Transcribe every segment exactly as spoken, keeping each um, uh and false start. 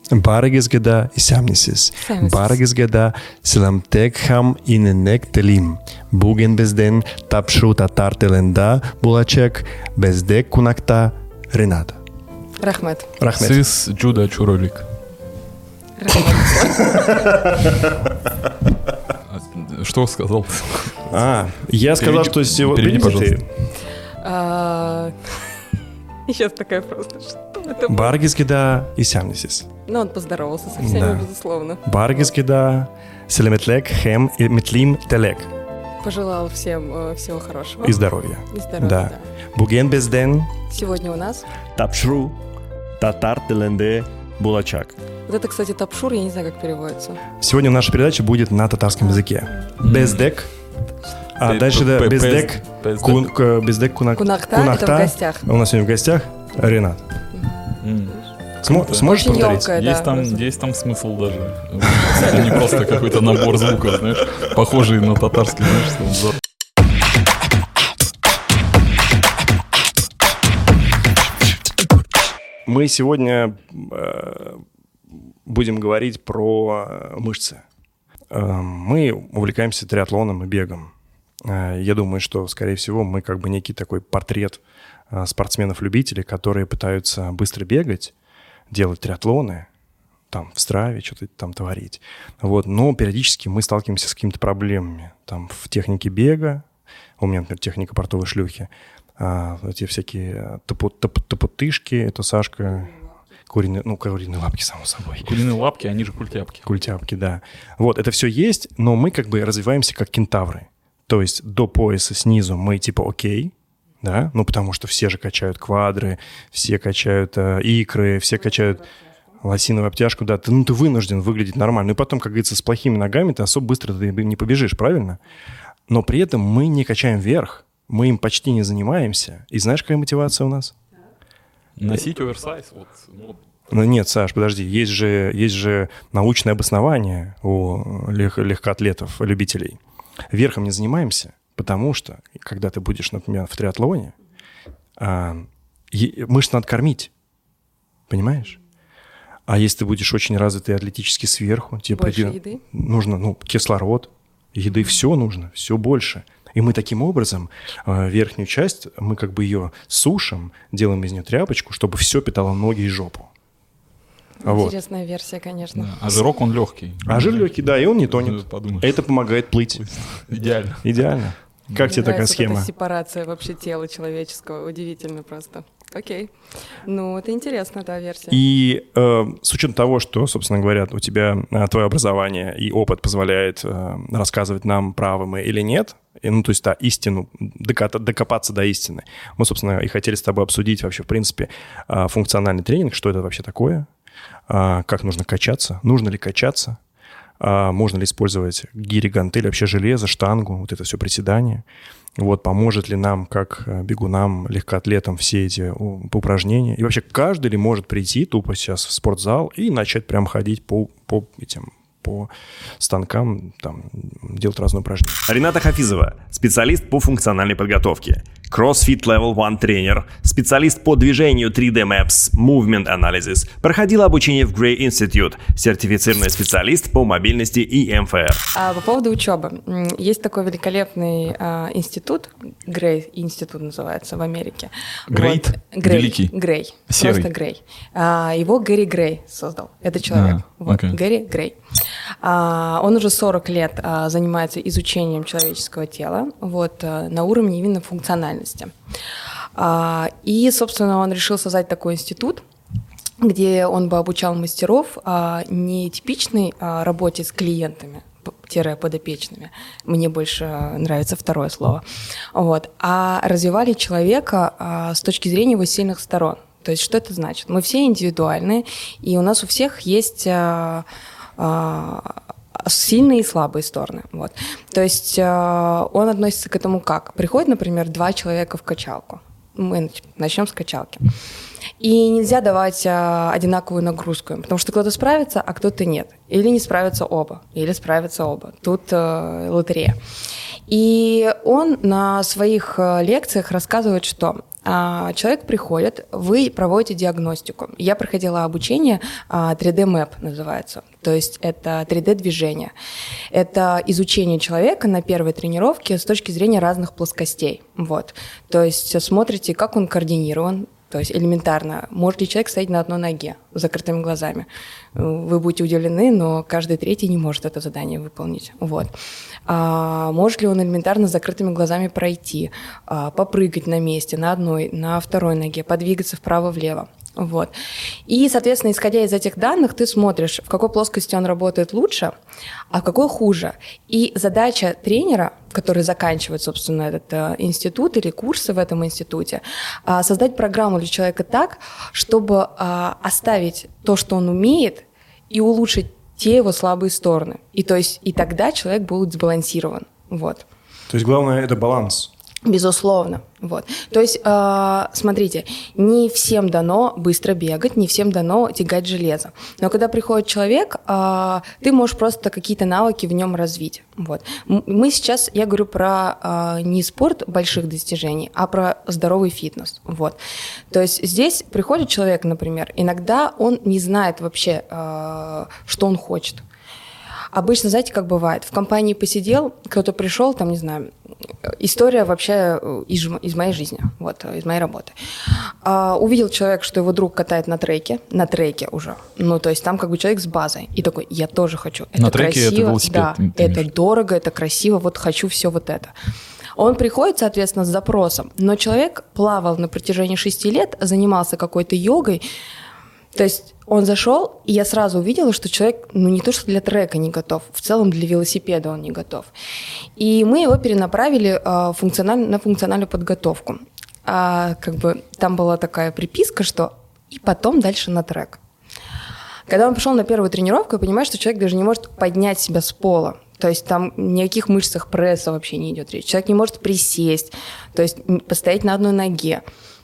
Баргизгеда и сямнисис. Баргизгеда силамтекхам иненек телим. Буген безден тапшрута тартеленда булачек бездек кунакта Рената. Рахмет. Рахмет. Сис джуда чуролик. Что сказал? А, я сказал, что сегодня... Переведи, пожалуйста. Сейчас такая просто... Что это было? Баргизгеда и сямнисис. Ну, он поздоровался со всеми, Да. безусловно. Баргизгеда селеметлек хем и метлим телек. Пожелал всем э, всего хорошего. И здоровья. И здоровья, Да. да. Буген безден Сегодня у нас... тапшру татартеленде булачак. Вот это, кстати, тапшур, я не знаю, как переводится. Сегодня наша передача будет на татарском языке. Бездек. А Пе- дальше да, пе- пе- бездек. бездек. Кун- к- Бездек кунак- Кунакта, это в гостях. У нас сегодня в гостях Ренат. М. Смо- Круто. Сможешь Очень повторить? ёмкая, Есть да. там, есть там смысл даже. Это не просто какой-то набор звуков, знаешь, похожий на татарский, знаешь, что он. Мы сегодня э, будем говорить про э, мышцы. Э, мы увлекаемся триатлоном и бегом. Э, я думаю, что, скорее всего, мы как бы некий такой портрет э, спортсменов-любителей, которые пытаются быстро бегать, делать триатлоны, там в страве что-то там творить. Вот. Но периодически мы сталкиваемся с какими-то проблемами. Там в технике бега, у меня, например, техника портовой шлюхи, а, эти всякие топо- топ- топотышки, это Сашка, куриные, ну, куриные лапки, само собой. Куриные лапки, они же культяпки. Культяпки, да. Вот, это все есть, но мы как бы развиваемся как кентавры. То есть до пояса снизу мы типа окей, да, ну, потому что все же качают квадры, все качают э, икры, все качают лосиновую обтяжку, да, ты, ну, ты вынужден выглядеть нормально. И потом, как говорится, с плохими ногами ты особо быстро ты не побежишь, правильно? Но при этом мы не качаем вверх, мы им почти не занимаемся. И знаешь, какая мотивация у нас? Носить оверсайз, вот, ну, Ну нет, Саш, подожди, есть же, есть же научное обоснование у лег- легкоатлетов, любителей. Верхом не занимаемся, потому что, когда ты будешь, например, в триатлоне, а, е- мышцы надо кормить, понимаешь? А если ты будешь очень развитый атлетически сверху, тебе Больше приди- еды? нужно, ну, кислород, еды, все нужно, все больше. И мы таким образом э, верхнюю часть, мы как бы ее сушим, делаем из нее тряпочку, чтобы все питало ноги и жопу. Вот. Интересная версия, конечно. да. А жирок, он легкий. А жир легкий, да, и он не тонет. Подумаешь. Это помогает плыть. Идеально. Идеально. Как Мне тебе такая нравится вот схема? эта сепарация вообще тела человеческого. Удивительно просто. Окей. Ну, это интересно, да, версия. И э, с учетом того, что, собственно говоря, у тебя э, твое образование и опыт позволяет э, рассказывать нам, правы мы или нет, и, ну, то есть, да, истину, дока- докопаться до истины. Мы, собственно, и хотели с тобой обсудить вообще, в принципе, э, функциональный тренинг, что это вообще такое, э, как нужно качаться, нужно ли качаться, э, можно ли использовать гири, гантель, вообще железо, штангу, вот это все приседание. Вот, поможет ли нам, как бегунам, легкоатлетам, все эти упражнения. И вообще, каждый ли может прийти тупо сейчас в спортзал и начать прям ходить по, по этим... по станкам, там, делать разные упражнения. Рената Хафизова, специалист по функциональной подготовке. CrossFit Level один тренер, специалист по движению три дэ Maps, Movement Analysis. Проходила обучение в Gray Institute, сертифицированный специалист по мобильности и эм эф эр. А по поводу учебы. М, Есть такой великолепный а, институт, Грей институт называется в Америке. Great? Вот. Грей. Великий? Грей. Серый? Просто Грей. А, его Гэри Грей создал. Это человек. А, вот. окей. Гэри Грей. А, он уже сорок лет а, занимается изучением человеческого тела вот, а, на уровне именно функциональности. А, и, собственно, он решил создать такой институт, где он бы обучал мастеров а, не типичной а, работе с клиентами, п- подопечными, мне больше нравится второе слово, вот, а развивали человека а, с точки зрения его сильных сторон. То есть что это значит? Мы все индивидуальны, и у нас у всех есть а, а, сильные и слабые стороны. Вот. То есть а, он относится к этому как? Приходит, например, два человека в качалку. Мы начнем с качалки. И нельзя давать а, одинаковую нагрузку, потому что кто-то справится, а кто-то нет. Или не справятся оба, или справятся оба. Тут а, лотерея. И он на своих лекциях рассказывает, что А, человек приходит, вы проводите диагностику. Я проходила обучение, а, три дэ мэп называется, то есть это три дэ-движение. Это изучение человека на первой тренировке с точки зрения разных плоскостей. Вот. То есть смотрите, как он координирован, то есть элементарно, может ли человек стоять на одной ноге с закрытыми глазами. Вы будете удивлены, но каждый третий не может это задание выполнить. Вот. А может ли он элементарно с закрытыми глазами пройти, а, попрыгать на месте, на одной, на второй ноге, подвигаться вправо-влево. Вот. И, соответственно, исходя из этих данных, ты смотришь, в какой плоскости он работает лучше, а в какой хуже. И задача тренера, который заканчивает, собственно, этот э, институт или курсы в этом институте, э, создать программу для человека так, чтобы э, оставить то, что он умеет, и улучшить те его слабые стороны. И, то есть, и тогда человек будет сбалансирован. Вот. То есть главное – это баланс. Безусловно. Вот. То есть, э, смотрите, не всем дано быстро бегать, не всем дано тягать железо. Но когда приходит человек, э, ты можешь просто какие-то навыки в нем развить. Вот. Мы сейчас, я говорю про э, не спорт больших достижений, а про здоровый фитнес. Вот. То есть здесь приходит человек, например, иногда он не знает вообще, э, что он хочет. Обычно, знаете, как бывает, в компании посидел, кто-то пришел, там, не знаю, история вообще из, из моей жизни, вот, из моей работы. А, увидел человек, что его друг катает на треке, на треке уже, ну, то есть там как бы человек с базой, и такой, я тоже хочу. Это на треке красиво, это велосипед? Да, это дорого, это красиво, вот хочу все вот это. Он приходит, соответственно, с запросом, но человек плавал на протяжении шести лет, занимался какой-то йогой, то есть он зашел, и я сразу увидела, что человек, ну, не то что для трека не готов, в целом для велосипеда он не готов. И мы его перенаправили а, функциональ... на функциональную подготовку. А, как бы там была такая приписка, что и потом дальше на трек. Когда он пошел на первую тренировку, я понимаю, что человек даже не может поднять себя с пола. То есть там ни о каких мышцах пресса вообще не идет речь. Человек не может присесть, то есть постоять на одной ноге.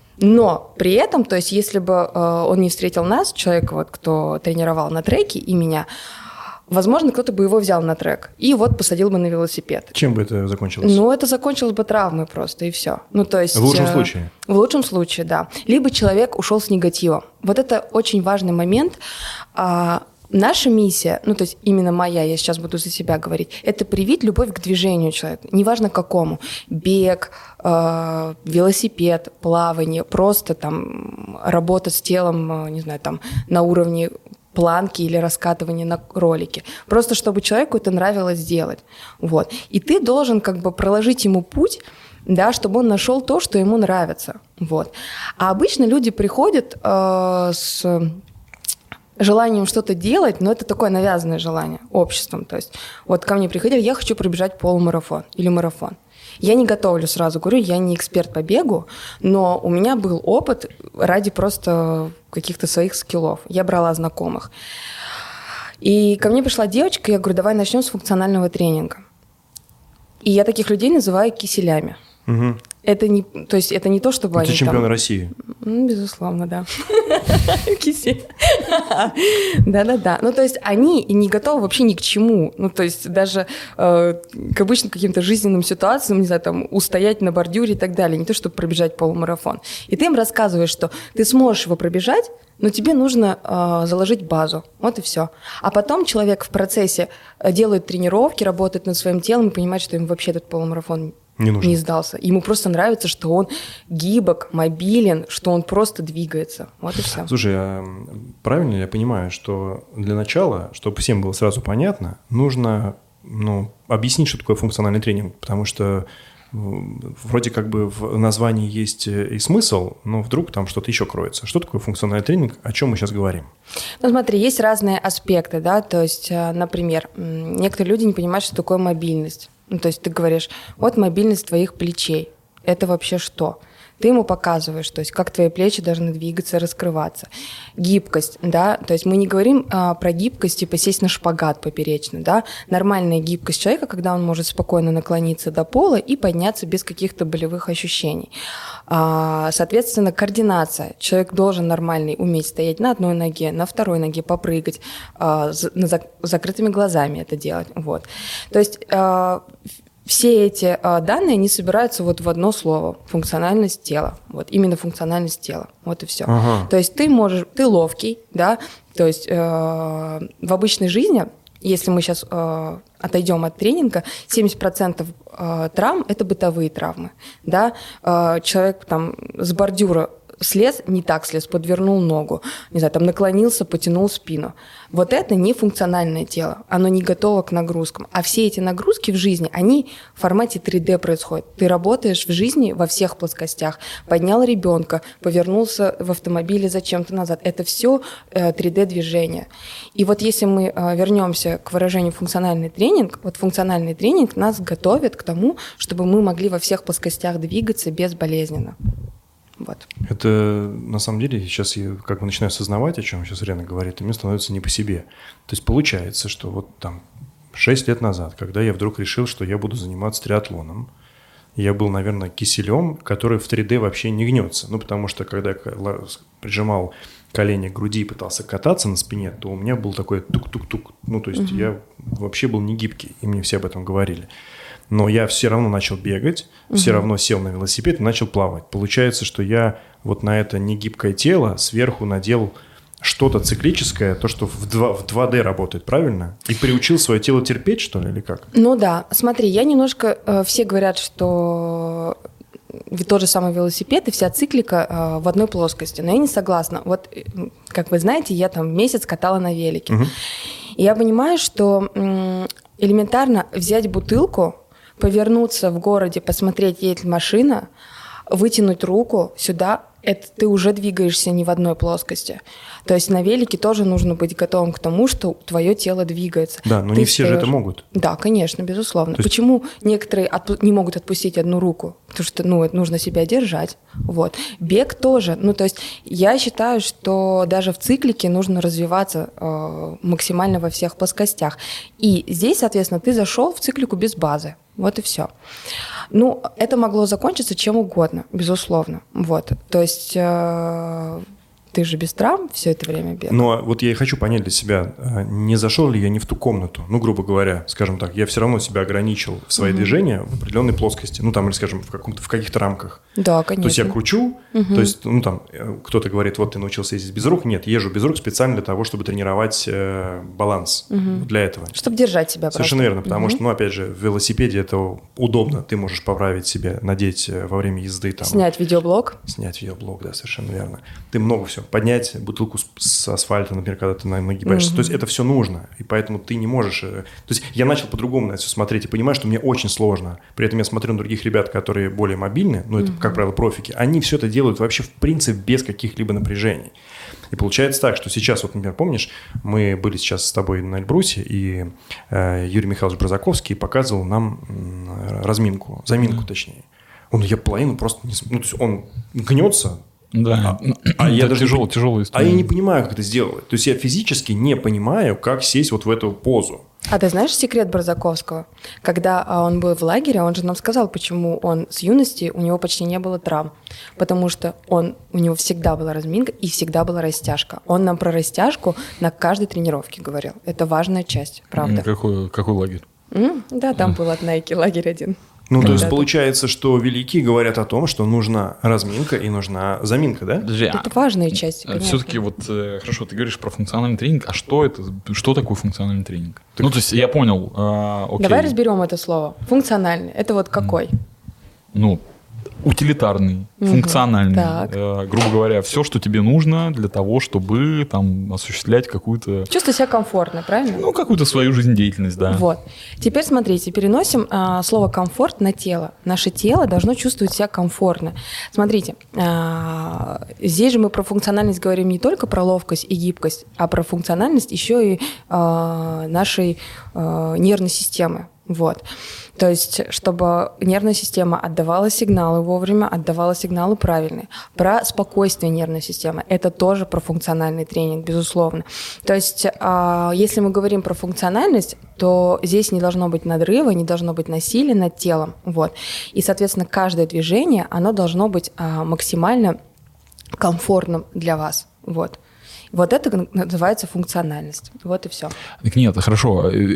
Но при этом, то есть если бы э, он не встретил нас, человека, вот, кто тренировал на треке, и меня, возможно, кто-то бы его взял на трек и вот посадил бы на велосипед. Чем бы это закончилось? Ну, это закончилось бы травмой просто, и все. Ну, то есть, в лучшем э, случае? В лучшем случае, да. Либо человек ушел с негативом. Вот это очень важный момент. А, наша миссия, ну, то есть именно моя, я сейчас буду за себя говорить, это привить любовь к движению человека, неважно какому. Бег, э, велосипед, плавание, просто там работа с телом, э, не знаю, там на уровне планки или раскатывания на ролике. Просто чтобы человеку это нравилось делать. Вот. И ты должен как бы проложить ему путь, да, чтобы он нашел то, что ему нравится. Вот. А обычно люди приходят э, с желанием что-то делать, но это такое навязанное желание обществом. То есть вот ко мне приходили, я хочу пробежать полумарафон или марафон. Я не готовлю, сразу говорю, я не эксперт по бегу, но у меня был опыт ради просто каких-то своих скиллов. Я брала знакомых. И ко мне пришла девочка, я говорю, давай начнем с функционального тренинга. И я таких людей называю киселями. Угу. Это не, то есть это не то, чтобы это они чемпионы там... России. Ну, безусловно, да. Кисель. Да-да-да. Ну, то есть они не готовы вообще ни к чему. Ну, то есть даже э, к обычным каким-то жизненным ситуациям, не знаю, там, устоять на бордюре и так далее. Не то, чтобы пробежать полумарафон. И ты им рассказываешь, что ты сможешь его пробежать, но тебе нужно э, заложить базу. Вот и все. А потом человек в процессе делает тренировки, работает над своим телом и понимает, что ему вообще этот полумарафон не, не сдался. Ему просто нравится, что он гибок, мобилен, что он просто двигается. Вот и все. Слушай, а правильно ли я понимаю, что для начала, чтобы всем было сразу понятно, нужно ну, объяснить, что такое функциональный тренинг, потому что вроде как бы в названии есть и смысл, но вдруг там что-то еще кроется. Что такое функциональный тренинг? О чем мы сейчас говорим? Ну, смотри, есть разные аспекты, да, то есть, например, некоторые люди не понимают, что такое мобильность. Ну, то есть ты говоришь, вот мобильность твоих плечей. Это вообще что? Ты ему показываешь, то есть как твои плечи должны двигаться, раскрываться. Гибкость, да, то есть мы не говорим а, про гибкость, типа сесть на шпагат поперечно, да. Нормальная гибкость человека, когда он может спокойно наклониться до пола и подняться без каких-то болевых ощущений. А, соответственно, координация. Человек должен нормальный уметь стоять на одной ноге, на второй ноге, попрыгать, а, с, на, с закрытыми глазами это делать, вот. То есть а, все эти а, данные, они собираются вот в одно слово – функциональность тела. Вот именно функциональность тела. Вот и все. Ага. То есть ты можешь, ты ловкий, да, то есть э, в обычной жизни, если мы сейчас э, отойдем от тренинга, семьдесят процентов э, травм – это бытовые травмы, да, э, человек там с бордюра слез, не так слез, подвернул ногу, не знаю, там наклонился, потянул спину. Вот это не функциональное тело, оно не готово к нагрузкам. А все эти нагрузки в жизни, они в формате три дэ происходят. Ты работаешь в жизни во всех плоскостях. Поднял ребенка, повернулся в автомобиле зачем-то назад. Это все три дэ-движение. И вот если мы вернемся к выражению функциональный тренинг, вот функциональный тренинг нас готовит к тому, чтобы мы могли во всех плоскостях двигаться безболезненно. Вот. Это, на самом деле, сейчас я как бы начинаю осознавать, о чем сейчас Рена говорит, и мне становится не по себе. То есть получается, что вот там шесть лет назад, когда я вдруг решил, что я буду заниматься триатлоном, я был, наверное, киселем, который в три дэ вообще не гнется. Ну, потому что когда я прижимал колени к груди и пытался кататься на спине, то у меня был такой тук-тук-тук. Ну, то есть угу. я вообще был не гибкий, и мне все об этом говорили. Но я все равно начал бегать, угу. все равно сел на велосипед и начал плавать. Получается, что я вот на это негибкое тело сверху надел что-то циклическое, то, что в два дэ работает, правильно? И приучил свое тело терпеть, что ли, или как? Ну да. Смотри, я немножко... Э, все говорят, что тот же самый велосипед и вся циклика э, в одной плоскости. Но я не согласна. Вот, как вы знаете, я там месяц катала на велике. Угу. И я понимаю, что э, элементарно взять бутылку, повернуться в городе, посмотреть, едет ли машина, вытянуть руку сюда, это ты уже двигаешься не в одной плоскости. То есть на велике тоже нужно быть готовым к тому, что твое тело двигается. Да, но ты не все встаешь. же это могут. Да, конечно, безусловно. есть... Почему некоторые отпу- не могут отпустить одну руку? Потому что, ну, это нужно себя держать. Вот. Бег тоже. Ну, то есть я считаю, что даже в циклике нужно развиваться э, максимально во всех плоскостях. И здесь, соответственно, ты зашел в циклику без базы. Вот и все. Ну, это могло закончиться чем угодно, безусловно. Вот. То есть э, ты же без травм все это время бегал. Но вот я и хочу понять для себя, не зашел ли я не в ту комнату, ну, грубо говоря, скажем так, я все равно себя ограничил в свои угу. движения в определенной плоскости, ну, там, или, скажем, в, каком-то, в каких-то рамках. Да, конечно. То есть я кручу, угу. то есть, ну, там, кто-то говорит, вот ты научился ездить без рук. Нет, езжу без рук специально для того, чтобы тренировать э, баланс угу. для этого. Чтобы держать себя Совершенно просто. верно, потому угу. что, ну, опять же, в велосипеде это удобно, ты можешь поправить себе, надеть во время езды. Там, снять видеоблог. Снять видеоблог, да, совершенно верно. Ты много всего, поднять бутылку с асфальта, например, когда ты нагибаешься. Угу. То есть это все нужно, и поэтому ты не можешь... То есть я начал по-другому на это все смотреть и понимаю, что мне очень сложно. При этом я смотрю на других ребят, которые более мобильны, ну, это, угу. как правило, профики, они все это делают вообще в принципе без каких-либо напряжений. И получается так, что сейчас, вот, например, помнишь, мы были сейчас с тобой на Эльбрусе, и э, Юрий Михайлович Бразаковский показывал нам э, разминку, заминку mm-hmm. точнее. Он, я половину просто не... Ну, то есть он гнется, да. а, а я даже тяжело, тяжелая история. А я не понимаю, как это сделать. То есть я физически не понимаю, как сесть вот в эту позу. А ты знаешь секрет Бразаковского? Когда он был в лагере, он же нам сказал, почему он с юности, у него почти не было травм. Потому что он, у него всегда была разминка и всегда была растяжка. Он нам про растяжку на каждой тренировке говорил. Это важная часть, правда. Какой, какой лагерь? М? Да, там был от Nike лагерь один. Ну, то есть получается, что великие говорят о том, что нужна разминка и нужна заминка, да? Подожди, это важные части, конечно. Все-таки вот, хорошо, ты говоришь про функциональный тренинг, а что это, что такое функциональный тренинг? Так... Ну, то есть я понял, э, окей. Давай разберем это слово. Функциональный, это вот какой? Ну, утилитарный, угу. функциональный. Э, грубо говоря, все, что тебе нужно для того, чтобы там осуществлять какую-то... Чувствовать себя комфортно, правильно? Ну, какую-то свою жизнедеятельность, да. Вот. Теперь смотрите, переносим а, слово «комфорт» на тело. Наше тело должно чувствовать себя комфортно. Смотрите, а, здесь же мы про функциональность говорим не только про ловкость и гибкость, а про функциональность еще и а, нашей а, нервной системы. Вот. То есть, чтобы нервная система отдавала сигналы вовремя, отдавала сигналы правильные. Про спокойствие нервной системы. Это тоже про функциональный тренинг, безусловно. То есть, если мы говорим про функциональность, то здесь не должно быть надрыва, не должно быть насилия над телом. Вот. И, соответственно, каждое движение, оно должно быть максимально комфортным для вас. Вот. Вот это называется функциональность. Вот и все. Так нет, хорошо. Это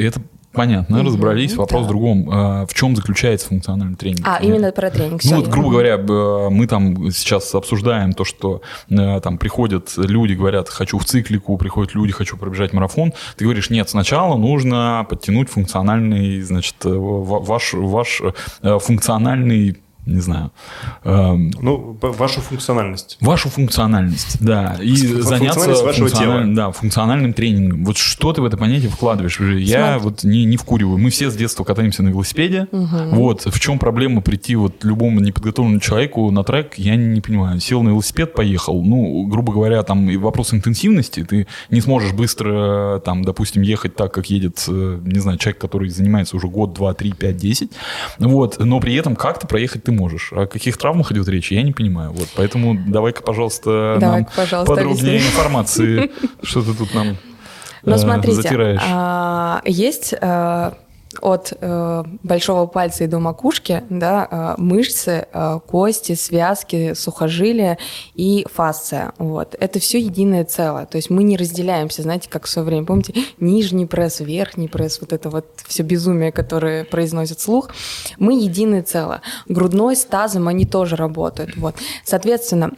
Понятно, mm-hmm. разобрались. Вопрос да. в другом. В чем заключается функциональный тренинг? А, именно про тренинг. Ну, вот, грубо говоря, мы там сейчас обсуждаем то, что там приходят люди, говорят, хочу в циклику, приходят люди, хочу пробежать марафон. Ты говоришь, нет, сначала нужно подтянуть функциональный, значит, ваш, ваш функциональный, не знаю. Эм, ну, вашу функциональность. Вашу функциональность, да. И заняться функциональ... да, функциональным тренингом. Вот что ты в это понятие вкладываешь? Я Смотри. вот не, не вкуриваю. Мы все с детства катаемся на велосипеде. Угу. Вот. В чем проблема прийти вот любому неподготовленному человеку на трек, я не понимаю. Сел на велосипед, поехал. Ну, грубо говоря, там вопрос интенсивности. Ты не сможешь быстро, там, допустим, ехать так, как едет, не знаю, человек, который занимается уже год, два, три, пять, десять. Вот. Но при этом как-то проехать ты можешь. О каких травмах идет речь, я не понимаю. Вот, поэтому давай-ка, пожалуйста, давай, нам пожалуйста, подробнее объясни. Информации, что ты тут нам ну, э, смотрите, затираешь. А, есть а, от а, большого пальца и до макушки, да, а, мышцы, а, кости, связки, сухожилия и фасция. Вот. Это все единое целое. То есть мы не разделяемся, знаете, как в свое время, помните, нижний пресс, верхний пресс, вот это вот все безумие, которое произносит слух. Мы единое целое. Грудной с тазом они тоже работают. Вот. Соответственно,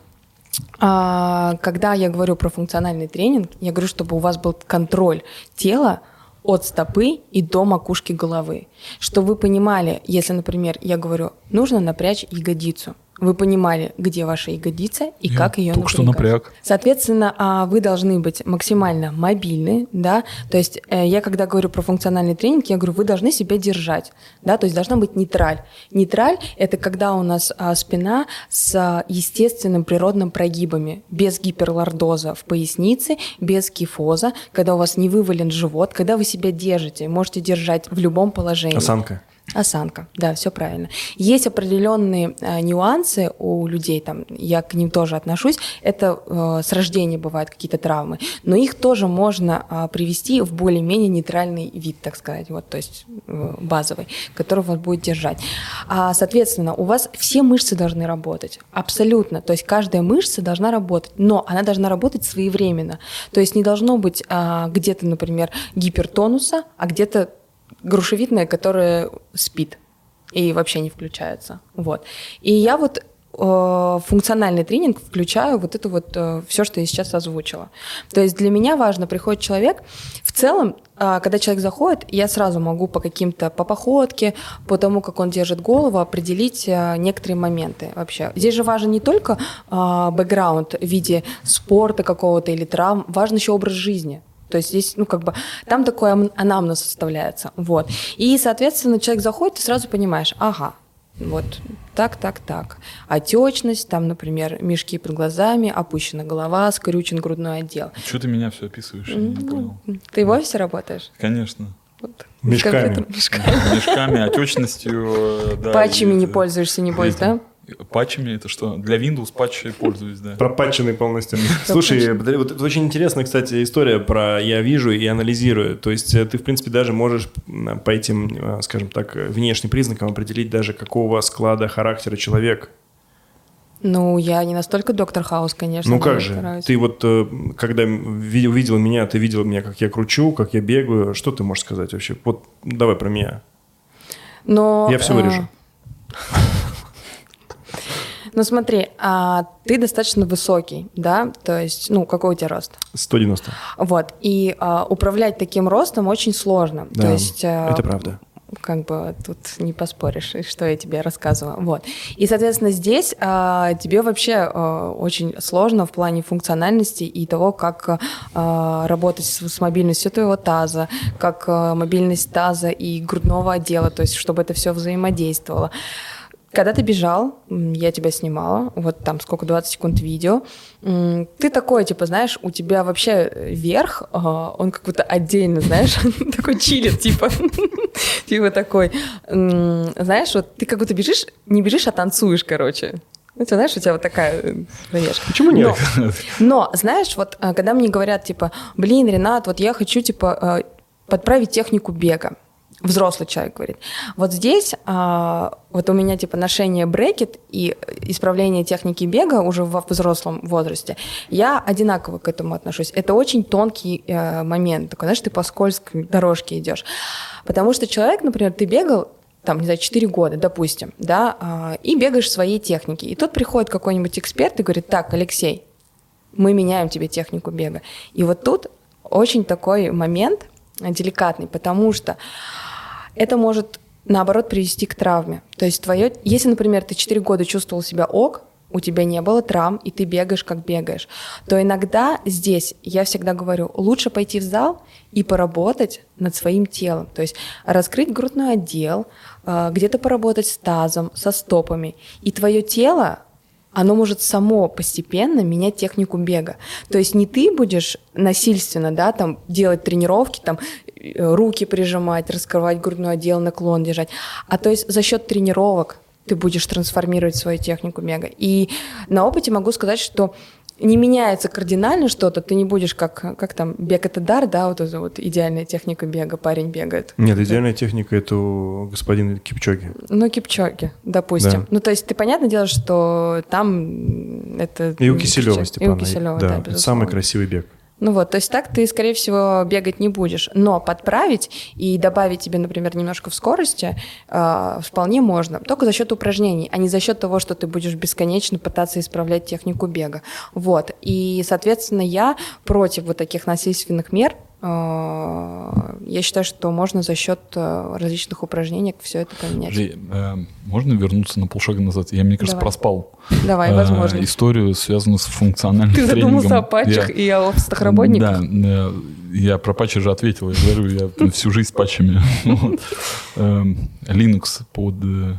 когда я говорю про функциональный тренинг, я говорю, чтобы у вас был контроль тела от стопы и до макушки головы. Чтобы вы понимали, если, например, я говорю, нужно напрячь ягодицу, вы понимали, где ваша ягодица и я как ее напрягать. Только что напряг. Соответственно, вы должны быть максимально мобильны, да, то есть я когда говорю про функциональный тренинг, я говорю, вы должны себя держать, да, то есть должна быть нейтраль. Нейтраль – это когда у нас спина с естественным природным прогибами, без гиперлордоза в пояснице, без кифоза, когда у вас не вывален живот, когда вы себя держите, можете держать в любом положении. Осанка. Осанка, да, все правильно. Есть определенные э, нюансы у людей, там, я к ним тоже отношусь, это э, с рождения бывают какие-то травмы, но их тоже можно э, привести в более-менее нейтральный вид, так сказать, вот, то есть э, базовый, который вас будет держать. А, соответственно, у вас все мышцы должны работать, абсолютно, то есть каждая мышца должна работать, но она должна работать своевременно, то есть не должно быть э, где-то, например, гипертонуса, а где-то грушевидная, которая спит и вообще не включается. Вот. И я вот э, функциональный тренинг включаю вот это вот э, все, что я сейчас озвучила. То есть для меня важно, приходит человек, в целом, э, когда человек заходит, я сразу могу по каким-то, по походке, по тому, как он держит голову, определить э, некоторые моменты вообще. Здесь же важен не только э, бэкграунд в виде спорта какого-то или травм, важен еще образ жизни. То есть здесь, ну, как бы, там такой анамнез составляется, вот. И, соответственно, человек заходит, ты сразу понимаешь, ага, вот так, так, так. Отечность, там, например, мешки под глазами, опущена голова, скрючен грудной отдел. Что ты меня все описываешь? Я не понял. Ты в офисе работаешь? Конечно. Вот. Мешками. Мешками. Мешками, отечностью. Да, патчами не пользуешься, небось, да? Патчами это что? Для Windows патчи пользуюсь, да. Пропатченный полностью. Слушай, вот это очень интересная, кстати, история про «я вижу и анализирую». То есть ты, в принципе, даже можешь по этим, скажем так, внешним признакам определить даже, какого склада характера человек. Ну, я не настолько доктор Хаус, конечно. Ну как же? Стараюсь. Ты вот, когда увидела меня, ты видела меня, как я кручу, как я бегаю. Что ты можешь сказать вообще? Вот давай про меня. Но, я все вырежу. Ну смотри, а ты достаточно высокий, да, то есть, ну, какой у тебя рост? сто девяносто. Вот, и а, управлять таким ростом очень сложно. Да, то есть, это а, правда. Как бы тут не поспоришь, что я тебе рассказывала. Вот. И, соответственно, здесь а, тебе вообще а, очень сложно в плане функциональности и того, как а, работать с, с мобильностью твоего таза, как а, мобильность таза и грудного отдела, то есть чтобы это все взаимодействовало. Когда ты бежал, я тебя снимала, вот там сколько, двадцать секунд видео, ты такой, типа, знаешь, у тебя вообще верх, он как будто отдельно, знаешь, такой чилит, типа, типа такой, знаешь, вот ты как будто бежишь, не бежишь, а танцуешь, короче. Ну, ты знаешь, у тебя вот такая проверка. Почему нет? Но, но, знаешь, вот когда мне говорят, типа, блин, Ренат, вот я хочу, типа, подправить технику бега, взрослый человек говорит. Вот здесь а, вот у меня типа ношение брекет и исправление техники бега уже во взрослом возрасте, я одинаково к этому отношусь. Это очень тонкий э, момент. Такой, знаешь, ты по скользкой дорожке идешь. Потому что человек, например, ты бегал, там, не знаю, четыре года, допустим, да, э, и бегаешь в своей технике. И тут приходит какой-нибудь эксперт и говорит: так, Алексей, мы меняем тебе технику бега. И вот тут очень такой момент деликатный, потому что это может, наоборот, привести к травме. То есть твое, если, например, ты четыре года чувствовал себя ок, у тебя не было травм, и ты бегаешь, как бегаешь, то иногда здесь, я всегда говорю, лучше пойти в зал и поработать над своим телом. То есть раскрыть грудной отдел, где-то поработать с тазом, со стопами. И твое тело, оно может само постепенно менять технику бега. То есть не ты будешь насильственно, да, там, делать тренировки, там, руки прижимать, раскрывать грудной отдел, наклон держать, а то есть за счет тренировок ты будешь трансформировать свою технику бега. И на опыте могу сказать, что не меняется кардинально что-то, ты не будешь как, как там, бег – это дар, да, вот эта вот идеальная техника бега, парень бегает. Нет, идеальная техника – это у господина Кипчоги. Ну, Кипчоги, допустим. Да. Ну, то есть ты, понятное дело, что там это… И у Киселева, Степана. И у Киселева, да, да, это самый красивый бег. Ну вот, то есть так ты, скорее всего, бегать не будешь. Но подправить и добавить тебе, например, немножко в скорости э, вполне можно. Только за счет упражнений, а не за счет того, что ты будешь бесконечно пытаться исправлять технику бега. Вот. И, соответственно, я против вот таких насильственных мер. Я считаю, что можно за счет различных упражнений все это поменять. Жи, э, можно вернуться на полшага назад? Я, мне кажется, Давай. проспал Давай, возможно. Э, историю, связанную с функциональным Ты тренингом. Ты задумался о патчах я, и о офисных работниках? Да, э, я про патчи же ответил. Я говорю, я всю жизнь с патчами. Linux под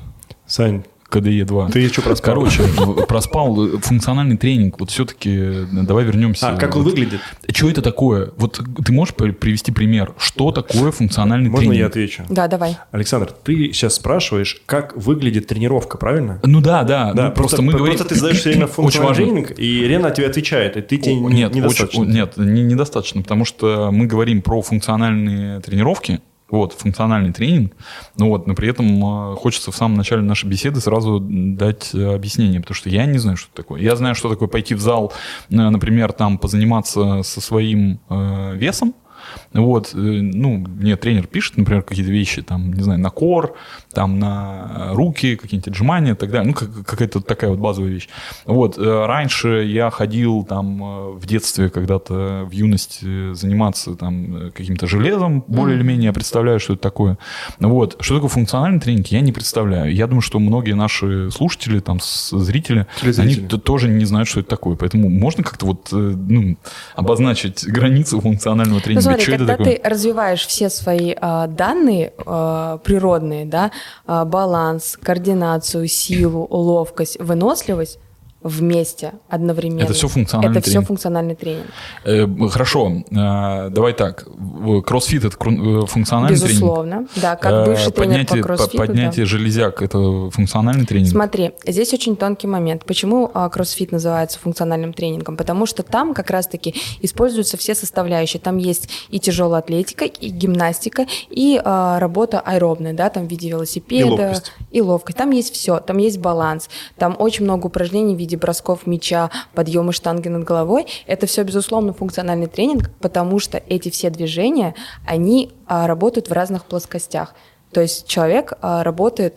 Сань, ка дэ е два. Ты что проспал? Короче, проспал функциональный тренинг. Вот все-таки давай вернемся. А, как он вот. выглядит? Что это такое? Вот ты можешь привести пример? Что такое функциональный Можно тренинг? я отвечу? Да, давай. Александр, ты сейчас спрашиваешь, как выглядит тренировка, правильно? Ну да, да. Да, ну, просто, просто мы говорим... Просто ты задаешь все время функциональный тренинг, и Лена тебе отвечает, и ты тебе О, не, нет, недостаточно. Очень, нет, не, недостаточно, потому что мы говорим про функциональные тренировки, вот, функциональный тренинг, ну вот, но при этом хочется в самом начале нашей беседы сразу дать объяснение, потому что я не знаю, что это такое. Я знаю, что такое пойти в зал, например, там позаниматься со своим э, весом. Вот, ну, мне тренер пишет, например, какие-то вещи, там, не знаю, на кор, там, на руки, какие-нибудь отжимания и так далее. Ну, как, какая-то такая вот базовая вещь. Вот, раньше я ходил там в детстве когда-то, в юности заниматься там каким-то железом, более или менее я представляю, что это такое. Вот, что такое функциональный тренинг, я не представляю. Я думаю, что многие наши слушатели, там, зрители, они тоже не знают, что это такое. Поэтому можно как-то вот, ну, обозначить границу функционального тренинга? Ну, смотри, когда ты развиваешь все свои э, данные э, природные, да, э, баланс, координацию, силу, ловкость, выносливость вместе одновременно. Это все функциональный это тренинг. все функциональный тренинг. Э, хорошо, э, давай так. Кроссфит – это функциональный Безусловно. тренинг? Безусловно, да, как бывший э, тренер по кроссфиту. Поднятие да. железяк – это функциональный тренинг? Смотри, здесь очень тонкий момент. Почему э, кроссфит называется функциональным тренингом? Потому что там как раз-таки используются все составляющие. Там есть и тяжелая атлетика, и гимнастика, и э, работа аэробная, да, там в виде велосипеда. И ловкость. И ловкость. Там есть все, там есть баланс. Там очень много упражнений в виде бросков мяча, подъемы штанги над головой. Это все, безусловно, функциональный тренинг, потому что эти все движения, они а, работают в разных плоскостях. То есть человек а, работает,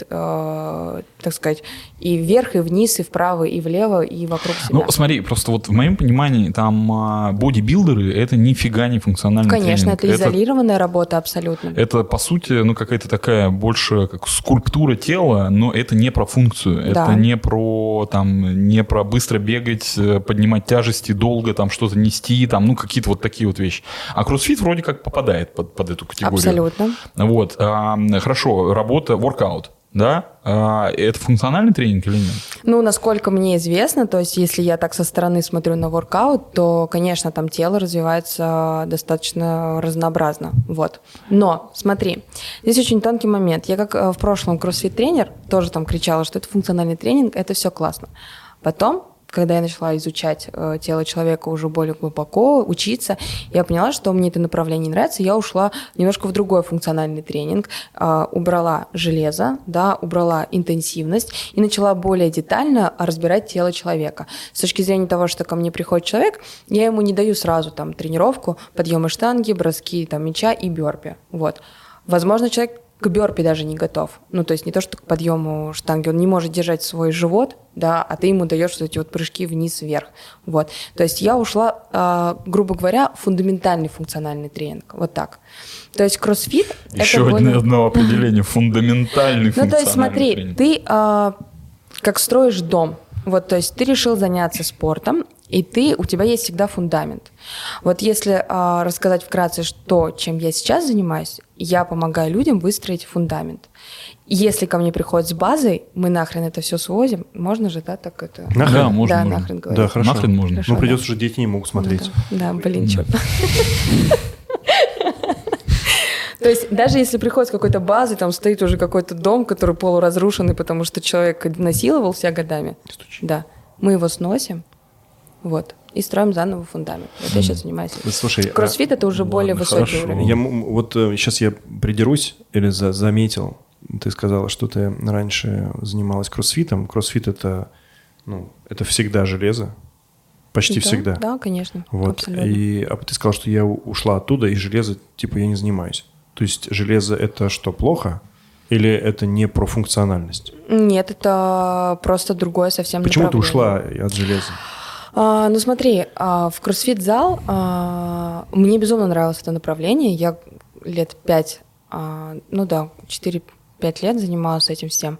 а, так сказать, и вверх, и вниз, и вправо, и влево, и вокруг себя. Ну, смотри, просто вот в моем понимании там а, бодибилдеры – это нифига не функциональный Конечно, тренинг. это изолированная работа абсолютно. Это, по сути, ну, какая-то такая больше как скульптура тела, но это не про функцию. Да. Это не про, там, не про быстро бегать, поднимать тяжести, долго там что-то нести, там, ну, какие-то вот такие вот вещи. А кроссфит вроде как попадает под, под эту категорию. Абсолютно. Вот. А, хорошо, работа, воркаут. Да? А это функциональный тренинг или нет? Ну, насколько мне известно, то есть если я так со стороны смотрю на воркаут, то, конечно, там тело развивается достаточно разнообразно. Вот. Но, смотри, здесь очень тонкий момент. Я как в прошлом кроссфит-тренер тоже там кричала, что это функциональный тренинг, это все классно. Потом когда я начала изучать э, тело человека уже более глубоко, учиться, я поняла, что мне это направление не нравится, я ушла немножко в другой функциональный тренинг, э, убрала железо, да, убрала интенсивность и начала более детально разбирать тело человека. С точки зрения того, что ко мне приходит человек, я ему не даю сразу там тренировку, подъемы штанги, броски там, мяча и бёрпи. Вот. Возможно, человек к бёрпи даже не готов. Ну, то есть не то, что к подъему штанги. Он не может держать свой живот, да, а ты ему даешь вот эти вот прыжки вниз-вверх. Вот. То есть я ушла, э, грубо говоря, в фундаментальный функциональный тренинг. Вот так. То есть кроссфит... Еще это более... более... одно определение. Фундаментальный функциональный тренинг. Ну, то есть смотри, ты э, как строишь дом. Вот, то есть ты решил заняться спортом, и ты, у тебя есть всегда фундамент. Вот если а, рассказать вкратце, что, чем я сейчас занимаюсь, я помогаю людям выстроить фундамент. Если ко мне приходят с базой, мы нахрен это все свозим. Можно же, да, так это? Нахрен? Да, можно. Да, можно. нахрен говорить. Да, хорошо. Нахрен можно. Хорошо, ну, придется да. же, дети не могут смотреть. Да, да блин, черт. То есть даже если приходит с какой-то базы, там стоит уже какой-то дом, который полуразрушенный, потому что человек насиловался годами. Да, мы его сносим. Вот. И строим заново фундамент. Вот я сейчас занимаюсь. Слушай, кроссфит – это уже ладно, более высокий хорошо. уровень. Я, вот сейчас я придерусь или за, заметил. Ты сказала, что ты раньше занималась кроссфитом. Кроссфит – это, ну, это всегда железо. Почти да, всегда. Да, конечно. Вот. Абсолютно. И, а ты сказала, что я ушла оттуда, и железо, типа, я не занимаюсь. То есть железо – это что, плохо? Или это не про функциональность? Нет, это просто другое совсем Почему направление. ты ушла от железа? А, ну смотри, а, в кроссфит-зал а, мне безумно нравилось это направление. Я лет пять, а, ну да, четыре-пять лет занималась этим всем.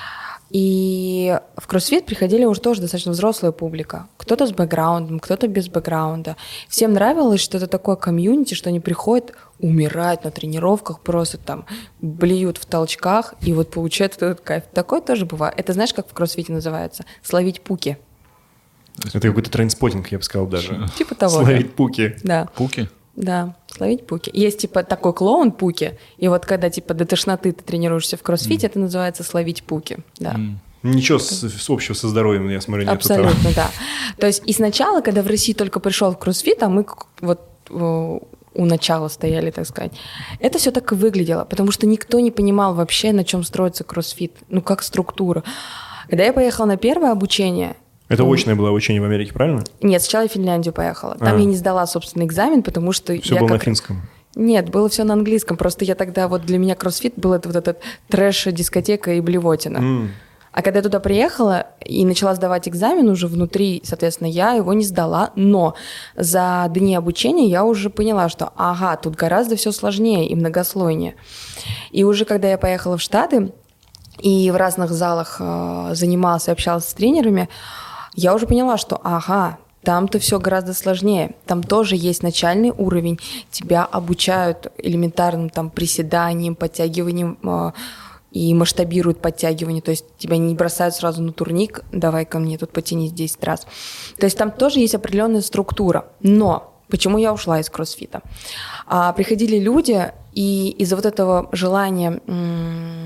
И в кроссфит приходили уже тоже достаточно взрослая публика. Кто-то с бэкграундом, кто-то без бэкграунда. Всем нравилось, что это такое комьюнити, что они приходят, умирают на тренировках, просто там блюют в толчках, и вот получают этот кайф. Такое тоже бывает. Это знаешь, как в кроссфите называется? Словить пуки. Это какой-то трейнспоттинг, я бы сказал даже. Типа того. Словить да. пуки. Да. Пуки? Да, словить пуки. Есть типа такой клоун пуки, и вот когда типа до тошноты ты тренируешься в кроссфите, mm. это называется словить пуки. Да. Mm. Ничего с, с общего со здоровьем, я смотрю, нет. Абсолютно, да. То есть и сначала, когда в России только пришел в кроссфит, а мы вот у начала стояли, так сказать, это все так и выглядело, потому что никто не понимал вообще, на чем строится кроссфит, ну как структура. Когда я поехала на первое обучение... Это очное было обучение в Америке, правильно? Нет, сначала в Финляндию поехала. Там а. я не сдала собственный экзамен, потому что... Все я было как... на финском? Нет, было все на английском. Просто я тогда, вот для меня кроссфит был это вот этот трэш, дискотека и блевотина. Mm. А когда я туда приехала и начала сдавать экзамен уже внутри, соответственно, я его не сдала. Но за дни обучения я уже поняла, что ага, тут гораздо все сложнее и многослойнее. И уже когда я поехала в Штаты и в разных залах э, занималась и общалась с тренерами, я уже поняла, что ага, там-то все гораздо сложнее. Там тоже есть начальный уровень. Тебя обучают элементарным там приседаниям, подтягиваниям э, и масштабируют подтягивание. То есть тебя не бросают сразу на турник, давай ко мне тут потянись десять раз. То есть там тоже есть определенная структура. Но почему я ушла из кроссфита? А, приходили люди, и из-за вот этого желания... М-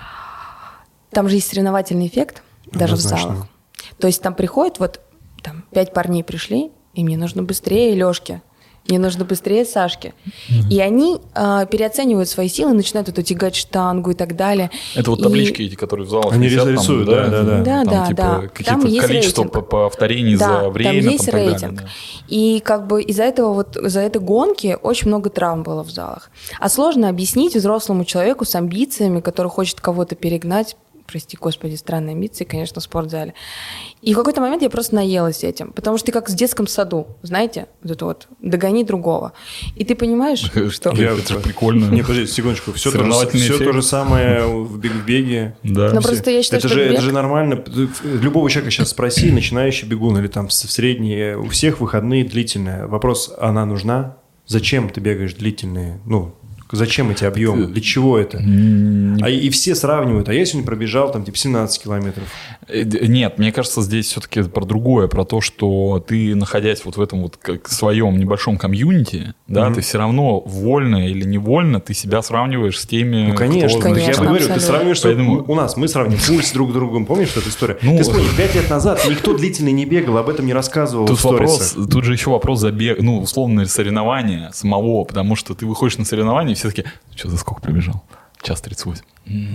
там же есть соревновательный эффект, даже Однозначно. В залах. То есть там приходят, вот там пять парней пришли, и мне нужно быстрее Лёшке, мне нужно быстрее Сашке. Mm-hmm. И они э, переоценивают свои силы, начинают вот тягать штангу и так далее. Это вот и... таблички эти, которые в залах они висят. Они рисуют, да, да, да. Да, там, да, типа, да. Какие-то там есть количество рейтинг. повторений да, за время. Там есть там, рейтинг. Далее, да. И как бы из-за этого вот, из-за этой гонки очень много травм было в залах. А сложно объяснить взрослому человеку с амбициями, который хочет кого-то перегнать, прости господи, странные амбиции, конечно, в спортзале. И в какой-то момент я просто наелась этим, потому что ты как в детском саду, знаете, вот это вот, догони другого. И ты понимаешь, что... Это же прикольно. Не, подожди, секундочку, все, то же, все то же самое в беге. Да. Но просто я считаю, это, что же, бег... это же нормально. Любого человека сейчас спроси, начинающий бегун или там в средние, у всех выходные длительные. Вопрос, она нужна? Зачем ты бегаешь длительные? Ну, Зачем эти объемы? Для чего это? А и все сравнивают. А я сегодня пробежал там типа семнадцать километров. Нет, мне кажется, здесь все-таки про другое, про то, что ты, находясь вот в этом вот как своем небольшом комьюнити, да, mm-hmm. ты все равно вольно или невольно ты себя сравниваешь с теми, ну, конечно, кто... конечно, я говорю, абсолютно. Ты сравниваешь Поэтому... у нас, мы сравним пульс друг с другом. Помнишь эту историю? Ну, ты вспомни, пять лет назад никто длительно не бегал, об этом не рассказывал тут в сторисах. Вопрос, тут же еще вопрос забега, ну, условное соревнование самого, потому что ты выходишь на соревнования, и все таки что, за сколько пробежал? Час тридцать восемь.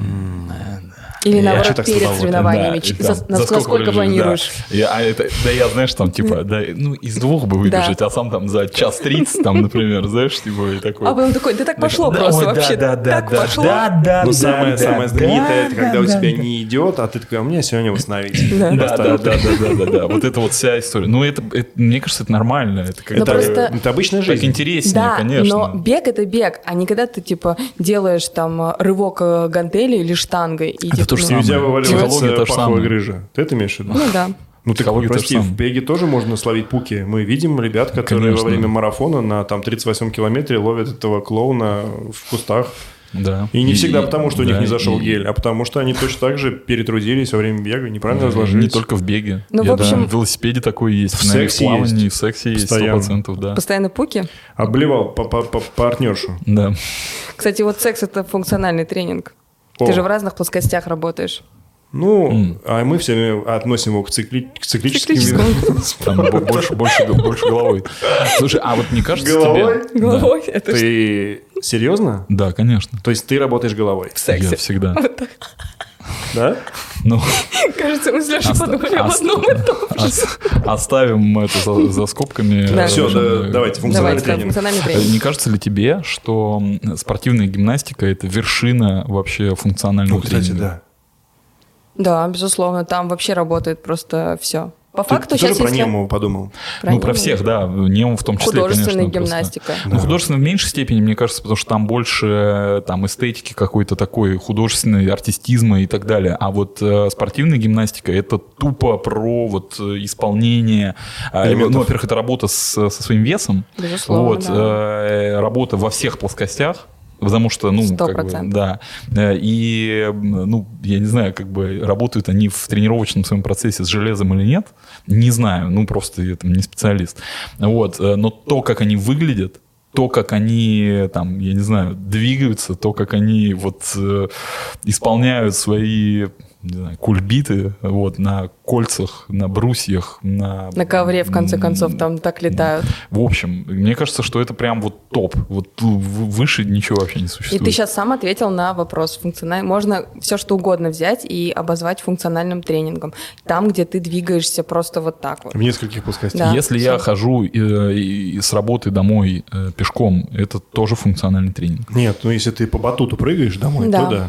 Или Я наоборот, что-то перед сказал, соревнованиями. Да, За, там, за, за сколько, сколько планируешь? Да. Я, а это, да я, знаешь, там, типа, да, ну, из двух бы выбежать, Да. а сам там за час тридцать, там, например, знаешь, типа, и такой. А потом такой, да так пошло Да, просто ой, вообще. да, да, так да, пошло. Да, да, Но да, самое, да, самое да, знаменитое, да, это когда да, у тебя да. не идет, а ты такой, а у меня сегодня восстановить. Да, да, да, да, да, да, да, вот это вот вся история. Ну, это, это мне кажется, это нормально. Это, как Но это, просто- Это обычная жизнь. так интереснее, Да, конечно. но бег это бег, а не когда ты типа делаешь там рывок э, гантели или штангой. И, Это типа, то же ну, И у тебя Самое. Психология вываливается то же паховая самое. грыжа. Ты это имеешь в виду? Ну да. Ну, ты, Психология то же прости, самое. в беге тоже можно словить пуки. Мы видим ребят, которые Конечно. во время марафона на там, тридцать восьмом километре ловят этого клоуна в кустах. Да. И не всегда потому, что у них да, не зашел и- гель, а потому что они точно так же перетрудились во время бега, неправильно Да, разложились. Не только в беге. Ну, в Я, общем- да, в велосипеде такой есть, В на сексе плавании, есть. в сексе есть, сто Постоянно. процентов, да. Постоянно пуки. Обливал по- по- по- партнершу. Да. Кстати, вот секс это функциональный тренинг. О. Ты же в разных плоскостях работаешь. Ну, М. а мы все время относим его к, цикли- к циклическим видам. Циклическому. Там бо- больше, больше, больше головой. Слушай, а вот мне кажется Головой? тебе... Головой. Это ж Ты серьезно? Да, да, конечно. То есть ты работаешь головой, в сексе. Я всегда. да? Ну, Кажется, мы с Лешей оста- подумали об оста- одном и том же. ос- оставим это за, за скобками. Да. Все, Э, давайте, функциональный Давайте, да, тренинг. функциональный Э, тренинг. Не кажется ли тебе, что м, спортивная гимнастика – это вершина вообще функционального Ну, кстати, тренинга? да. Да, безусловно, там вообще работает просто все. По Ты, факту ты тоже сейчас про если... Немова подумал? Ну, про Немова. всех, да. Нем в том числе, Художественная конечно, просто. гимнастика. Ну, художественно в меньшей степени, мне кажется, потому что там больше э, там, эстетики какой-то такой, художественной, артистизма и так далее. А вот э, спортивная гимнастика – это тупо про вот, э, исполнение. Э, Элементов. ну, во-первых, это работа с, со своим весом. Безусловно, Вот, да. э, работа во всех плоскостях. Потому что, ну, Сто как бы, процентов. да. Э, И, м, ну, я не знаю, как бы работают они в тренировочном своем процессе с железом или нет. Не знаю, ну, просто я там не специалист. Вот. э, Но то, как они выглядят, то, как они, там, я не знаю, двигаются, то, как они вот э, исполняют свои, не знаю, кульбиты вот, на кольцах, на брусьях, на... На ковре, в конце концов, там так летают. В общем, мне кажется, что это прям вот топ. Вот в- выше ничего вообще не И существует. ты сейчас сам ответил на вопрос. Функциональ... Можно все что угодно взять и обозвать функциональным тренингом. Там, где ты двигаешься просто вот так вот. В нескольких плоскостях. Да. Если всё. я хожу э, и- и с работы домой э, пешком, это тоже функциональный тренинг. Нет, ну если ты по батуту прыгаешь домой, Да. то да.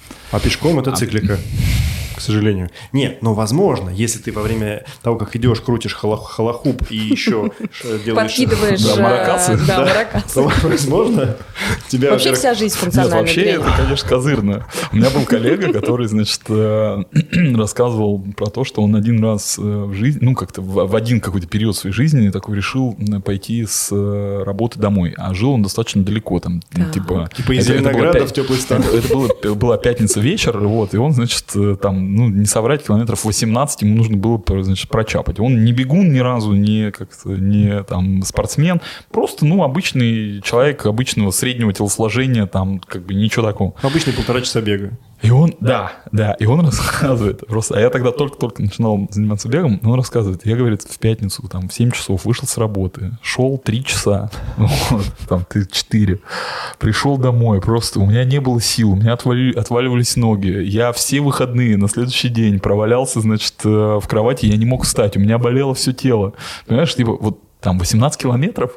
А пешком это циклика, к сожалению. Нет, но возможно, если ты во время того, как идешь, крутишь хала- халахуп и еще ш- делаешь... Подкидываешь... Да, э, маракасы. Да, маракасы. то, возможно, тебя... Вообще во-первых, вся жизнь Нет, функциональный вообще тренинг. это, конечно, козырно. У меня был коллега, который, значит, э, рассказывал про то, что он один раз э, в жизни, ну, как-то в в один какой-то период своей жизни такой решил м, пойти с э, работы домой. А жил он достаточно далеко, там, Так. типа... Типа из это- это было Зеленограда пять- в теплый стан. Это, это было, была пятница вечер, вот, и он, значит, э, там, ну, не соврать, километров восемнадцать ему нужно было, значит, прочапать. Он не бегун ни разу, не как-то, не там спортсмен, просто, ну, обычный человек обычного среднего телосложения, там, как бы ничего такого. Обычный полтора часа бега. И он, да, да, и он рассказывает просто, а я тогда только-только начинал заниматься бегом, но он рассказывает, я, говорит, в пятницу, там, в семь часов вышел с работы, шел три часа, вот, там, ты четыре, пришел домой, просто у меня не было сил, у меня отвали, отваливались ноги, я все выходные на следующий день провалялся, значит, э, в кровати, я не мог встать, у меня болело все тело, понимаешь, типа, вот там восемнадцать километров.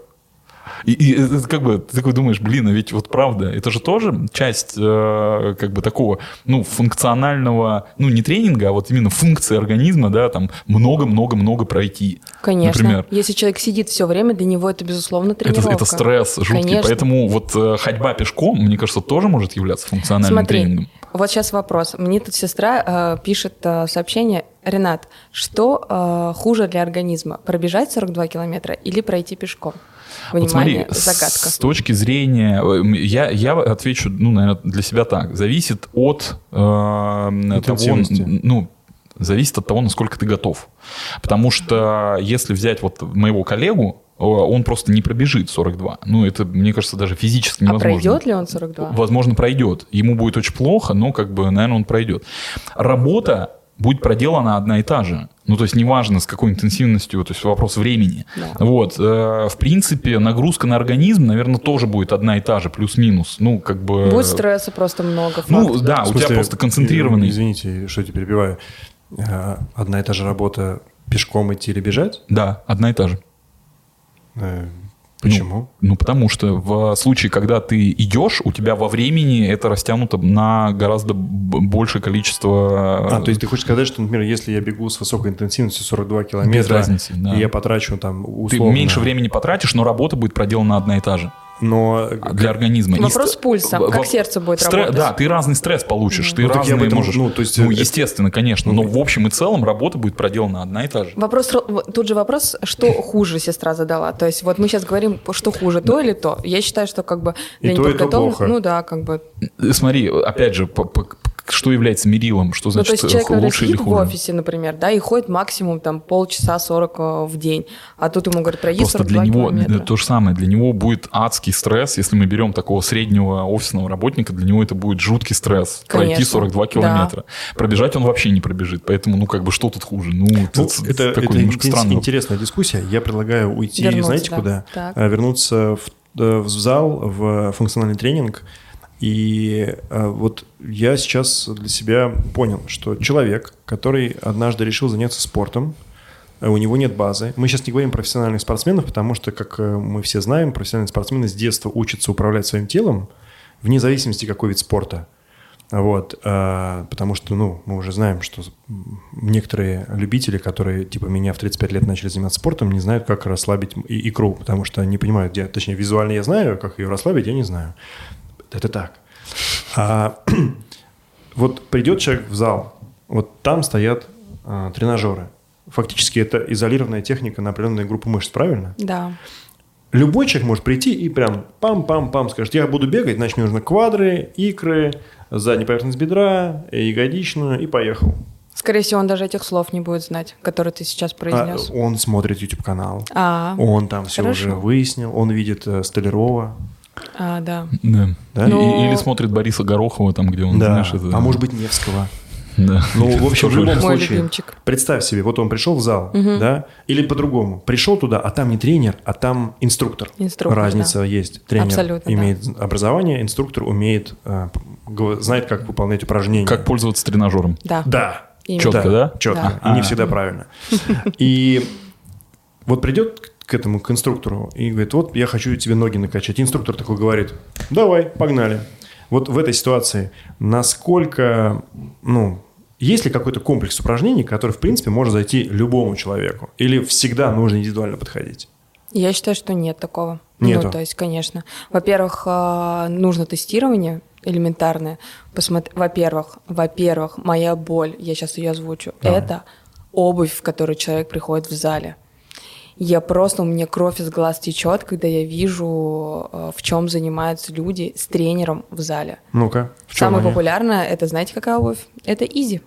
И, и это как бы ты такой думаешь, блин, а ведь вот правда, это же тоже часть э, как бы такого, ну, функционального, ну, не тренинга, а вот именно функции организма, да, там много-много-много пройти. Конечно. Например. Если человек сидит все время, для него это, безусловно, Это, тренировка. это стресс жуткий, Конечно. поэтому вот э, ходьба пешком, мне кажется, тоже может являться функциональным Смотри, тренингом. вот сейчас вопрос. Мне тут сестра э, пишет э, сообщение. Ренат, что э, хуже для организма? Пробежать сорок два километра или пройти пешком? Внимание, вот смотри, загадка. С точки зрения... Я, я отвечу, ну, наверное, для себя так. Зависит от э, того... Ну, зависит от того, насколько ты готов. Потому что если взять вот моего коллегу, он просто не пробежит сорок два. Ну, это, мне кажется, даже физически невозможно. А пройдет ли он сорок два? Возможно, пройдет. Ему будет очень плохо, но, как бы, наверное, он пройдет. Работа будет проделана одна и та же. Ну, то есть, неважно, с какой интенсивностью, то есть, вопрос времени. Да. Вот. В принципе, нагрузка на организм, наверное, тоже будет одна и та же, плюс-минус. Ну, как бы... Будет стресса просто много. Ну, фактов, да, в у тебя просто концентрированный... Извините, что я тебя перебиваю. Одна и та же работа пешком идти или бежать? Да, одна и та же. Почему? Ну, ну, потому что в случае, когда ты идешь, у тебя во времени это растянуто на гораздо большее количество... А, то есть ты хочешь сказать, что, например, если я бегу с высокой интенсивностью сорок два километра, без разницы, да. и я потрачу там условно... Ты меньше времени потратишь, но работа будет проделана одна и та же. Но... Для организма. Вопрос И пульса, в, как в, сердце будет стр... работать. Да, ты разный стресс получишь, mm. ты ну, разные этом, можешь... Ну, то есть, ну это... естественно, конечно, но в общем и целом работа будет проделана одна и та же. Вопрос, тут же вопрос, что хуже сестра задала. То есть вот мы сейчас говорим, что хуже, то или то. Я считаю, что как бы для и то, неподготовленных... Ну да, как бы... Смотри, опять же, по, по, что является мерилом, что значит ну, то есть человек, лучше или хуже? в офисе, например, да, и ходит максимум там полчаса сорок в день, а тут ему говорят, пройди сорок два для него километра. То же самое, для него будет адский стресс, если мы берем такого среднего офисного работника, для него это будет жуткий стресс, конечно, пройти сорок два километра. Да. Пробежать он вообще не пробежит, поэтому, ну, как бы, что тут хуже? Ну, ну это, это, такой это немножко странный. Интересная дискуссия. Я предлагаю уйти, вернуться, знаете, да. куда? Так. Вернуться в, в зал, в функциональный тренинг. И э, вот я сейчас для себя понял, что человек, который однажды решил заняться спортом, у него нет базы. Мы сейчас не говорим про профессиональных спортсменов, потому что, как мы все знаем, профессиональные спортсмены с детства учатся управлять своим телом, вне зависимости, какой вид спорта. Вот, э, потому что, ну, мы уже знаем, что некоторые любители, которые, типа меня, в тридцать пять лет начали заниматься спортом, не знают, как расслабить и- икру, потому что не понимают, где, точнее, визуально я знаю, как ее расслабить, я не знаю. Это так. А, вот придет человек в зал, вот там стоят а, тренажеры. Фактически это изолированная техника на определенную группу мышц, правильно? Да. Любой человек может прийти и прям пам-пам-пам скажет, я буду бегать, значит, мне нужны квадры, икры, задняя поверхность бедра, ягодичную, и поехал. Скорее всего, он даже этих слов не будет знать, которые ты сейчас произнес. А, он смотрит YouTube-канал, а, он там все хорошо. уже выяснил, он видит э, Столярова. А, да. Да. Да? Но... Или смотрит Бориса Горохова, там, где он, да. знаешь... Это... А может быть, Невского. Да. Ну, в общем, в любом Мой случае, любимчик. Представь себе, вот он пришел в зал, угу. да, или по-другому, пришел туда, а там не тренер, а там инструктор. Инструктор, Разница да. есть. Тренер Абсолютно, имеет да. образование, инструктор умеет, знает, как выполнять упражнения. Как пользоваться тренажером. Да. Да. Именно. Четко, да? Четко. Да. И не всегда правильно. И вот придет к этому, к инструктору и говорит, вот я хочу тебе ноги накачать. И инструктор такой говорит, давай, погнали. Вот в этой ситуации насколько, ну, есть ли какой-то комплекс упражнений, который, в принципе, может зайти любому человеку? Или всегда нужно индивидуально подходить? Я считаю, что нет такого. Нету. Ну, то есть, конечно. Во-первых, нужно тестирование элементарное. Посмотри, во-первых, во-первых, моя боль, я сейчас ее озвучу, да. Это обувь, в которой человек приходит в зале. Я просто, у меня кровь из глаз течет, когда я вижу, в чем занимаются люди с тренером в зале. Ну-ка, в чем Самое они? популярное, это знаете, какая обувь? Это Easy.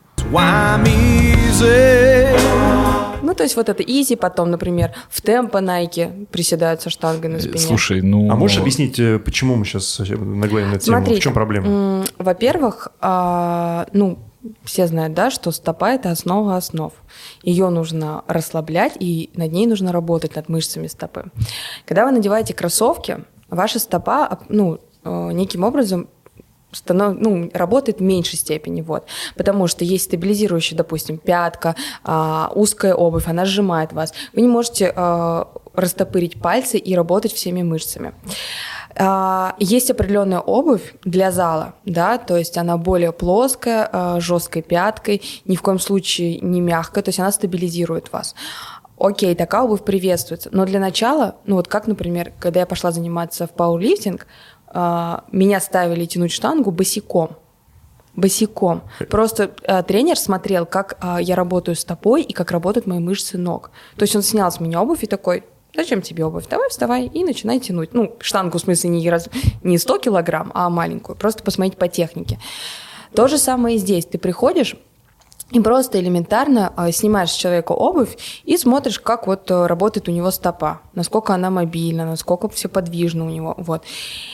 Ну, то есть вот это Easy, потом, например, в темпо Nike приседают со штангой на спине. Слушай, ну... А можешь объяснить, почему мы сейчас наговорим на эту тему? Смотрите, в чем проблема? Во-первых, ну, все знают, да, что стопа – это основа основ. Ее нужно расслаблять, и над ней нужно работать, над мышцами стопы. Когда вы надеваете кроссовки, ваша стопа, ну, неким образом станов... ну, работает в меньшей степени, вот. Потому что есть стабилизирующая, допустим, пятка, э, узкая обувь, она сжимает вас. Вы не можете э, растопырить пальцы и работать всеми мышцами. Э, есть определенная обувь для зала, да, то есть она более плоская, э, жесткой пяткой, ни в коем случае не мягкая, то есть она стабилизирует вас. Окей, такая обувь приветствуется, но для начала, ну вот как, например, когда я пошла заниматься в пауэрлифтинг, меня ставили тянуть штангу босиком. Босиком. Просто э, тренер смотрел, как э, я работаю стопой и как работают мои мышцы ног. То есть он снял с меня обувь и такой, Зачем тебе обувь? Давай вставай и начинай тянуть. Ну, штангу, в смысле, не, раз, не сто килограмм, а маленькую. Просто посмотреть по технике. То же самое и здесь. Ты приходишь и просто элементарно э, снимаешь с человека обувь и смотришь, как вот э, работает у него стопа, насколько она мобильна, насколько все подвижно у него. Вот.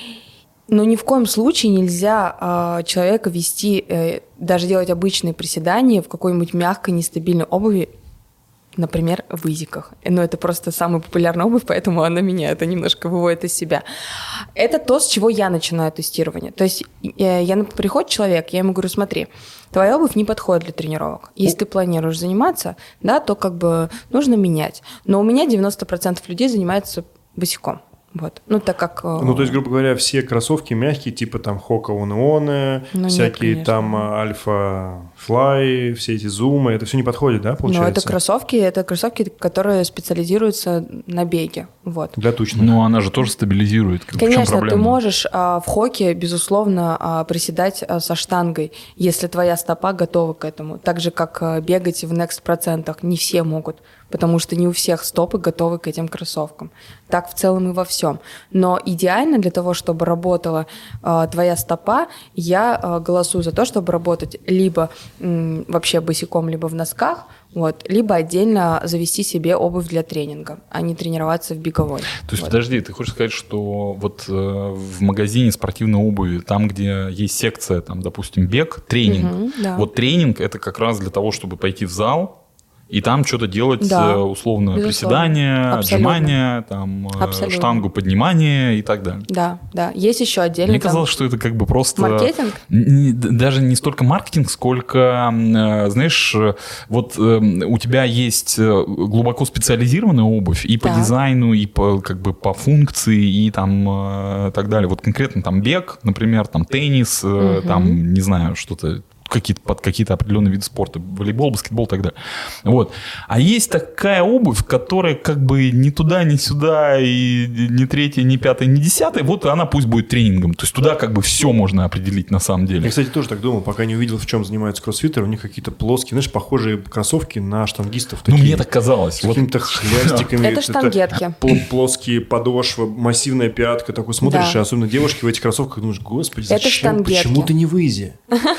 Но ни в коем случае нельзя э, человека вести, э, даже делать обычные приседания в какой-нибудь мягкой, нестабильной обуви, например, в изиках. Но это просто самая популярная обувь, поэтому она меня это немножко выводит из себя. Это то, с чего я начинаю тестирование. То есть я, я приходит человек, я ему говорю, смотри, твоя обувь не подходит для тренировок. Если ты планируешь заниматься, да, то как бы нужно менять. Но у меня девяносто процентов людей занимаются босиком. Вот. Ну, так как... Ну, то есть, грубо говоря, все кроссовки мягкие, типа там Hoka One One, ну, всякие нет, там Alpha Fly, все эти зумы, это все не подходит, да, получается? Ну, это кроссовки, это кроссовки, которые специализируются на беге, вот. Для тучных. Но она же тоже стабилизирует. Конечно, ты можешь а, в хоке, безусловно, а, приседать а, со штангой, если твоя стопа готова к этому. Так же, как а, бегать в Next процентах, не все могут, потому что не у всех стопы готовы к этим кроссовкам. Так в целом и во всем. Но идеально для того, чтобы работала э, твоя стопа, я э, голосую за то, чтобы работать либо м, вообще босиком, либо в носках, вот, либо отдельно завести себе обувь для тренинга, а не тренироваться в беговой. То есть, вот. Подожди, ты хочешь сказать, что вот э, в магазине спортивной обуви, там, где есть секция, там, допустим, бег, тренинг, угу, да. Вот тренинг – это как раз для того, чтобы пойти в зал, и там что-то делать, да, условно, безусловно. Приседания, отжимания, там, абсолютно. Штангу поднимания и так далее. Да, да. Есть еще отдельно. Мне казалось, что это как бы просто... Маркетинг? Даже не столько маркетинг, сколько, знаешь, вот у тебя есть глубоко специализированная обувь и по да. дизайну, и по, как бы, по функции, и там так далее. Вот конкретно там бег, например, там теннис, угу. там, не знаю, что-то... какие-то, под какие-то определенные виды спорта, волейбол, баскетбол и так далее. Вот. А есть такая обувь, которая как бы ни туда, ни сюда, и ни третья, ни пятая, ни десятая, вот она пусть будет тренингом. То есть туда как бы все можно определить на самом деле. Я, кстати, тоже так думал, пока не увидел, в чем занимаются кроссфитеры, у них какие-то плоские, знаешь, похожие кроссовки на штангистов. Ну, мне так казалось. С какими-то хлястиками. Это штангетки. Плоские подошвы, массивная пятка. Такой смотришь, и особенно девушки в этих кроссовках, думаешь, господи, зачем? Почему ты не в изи?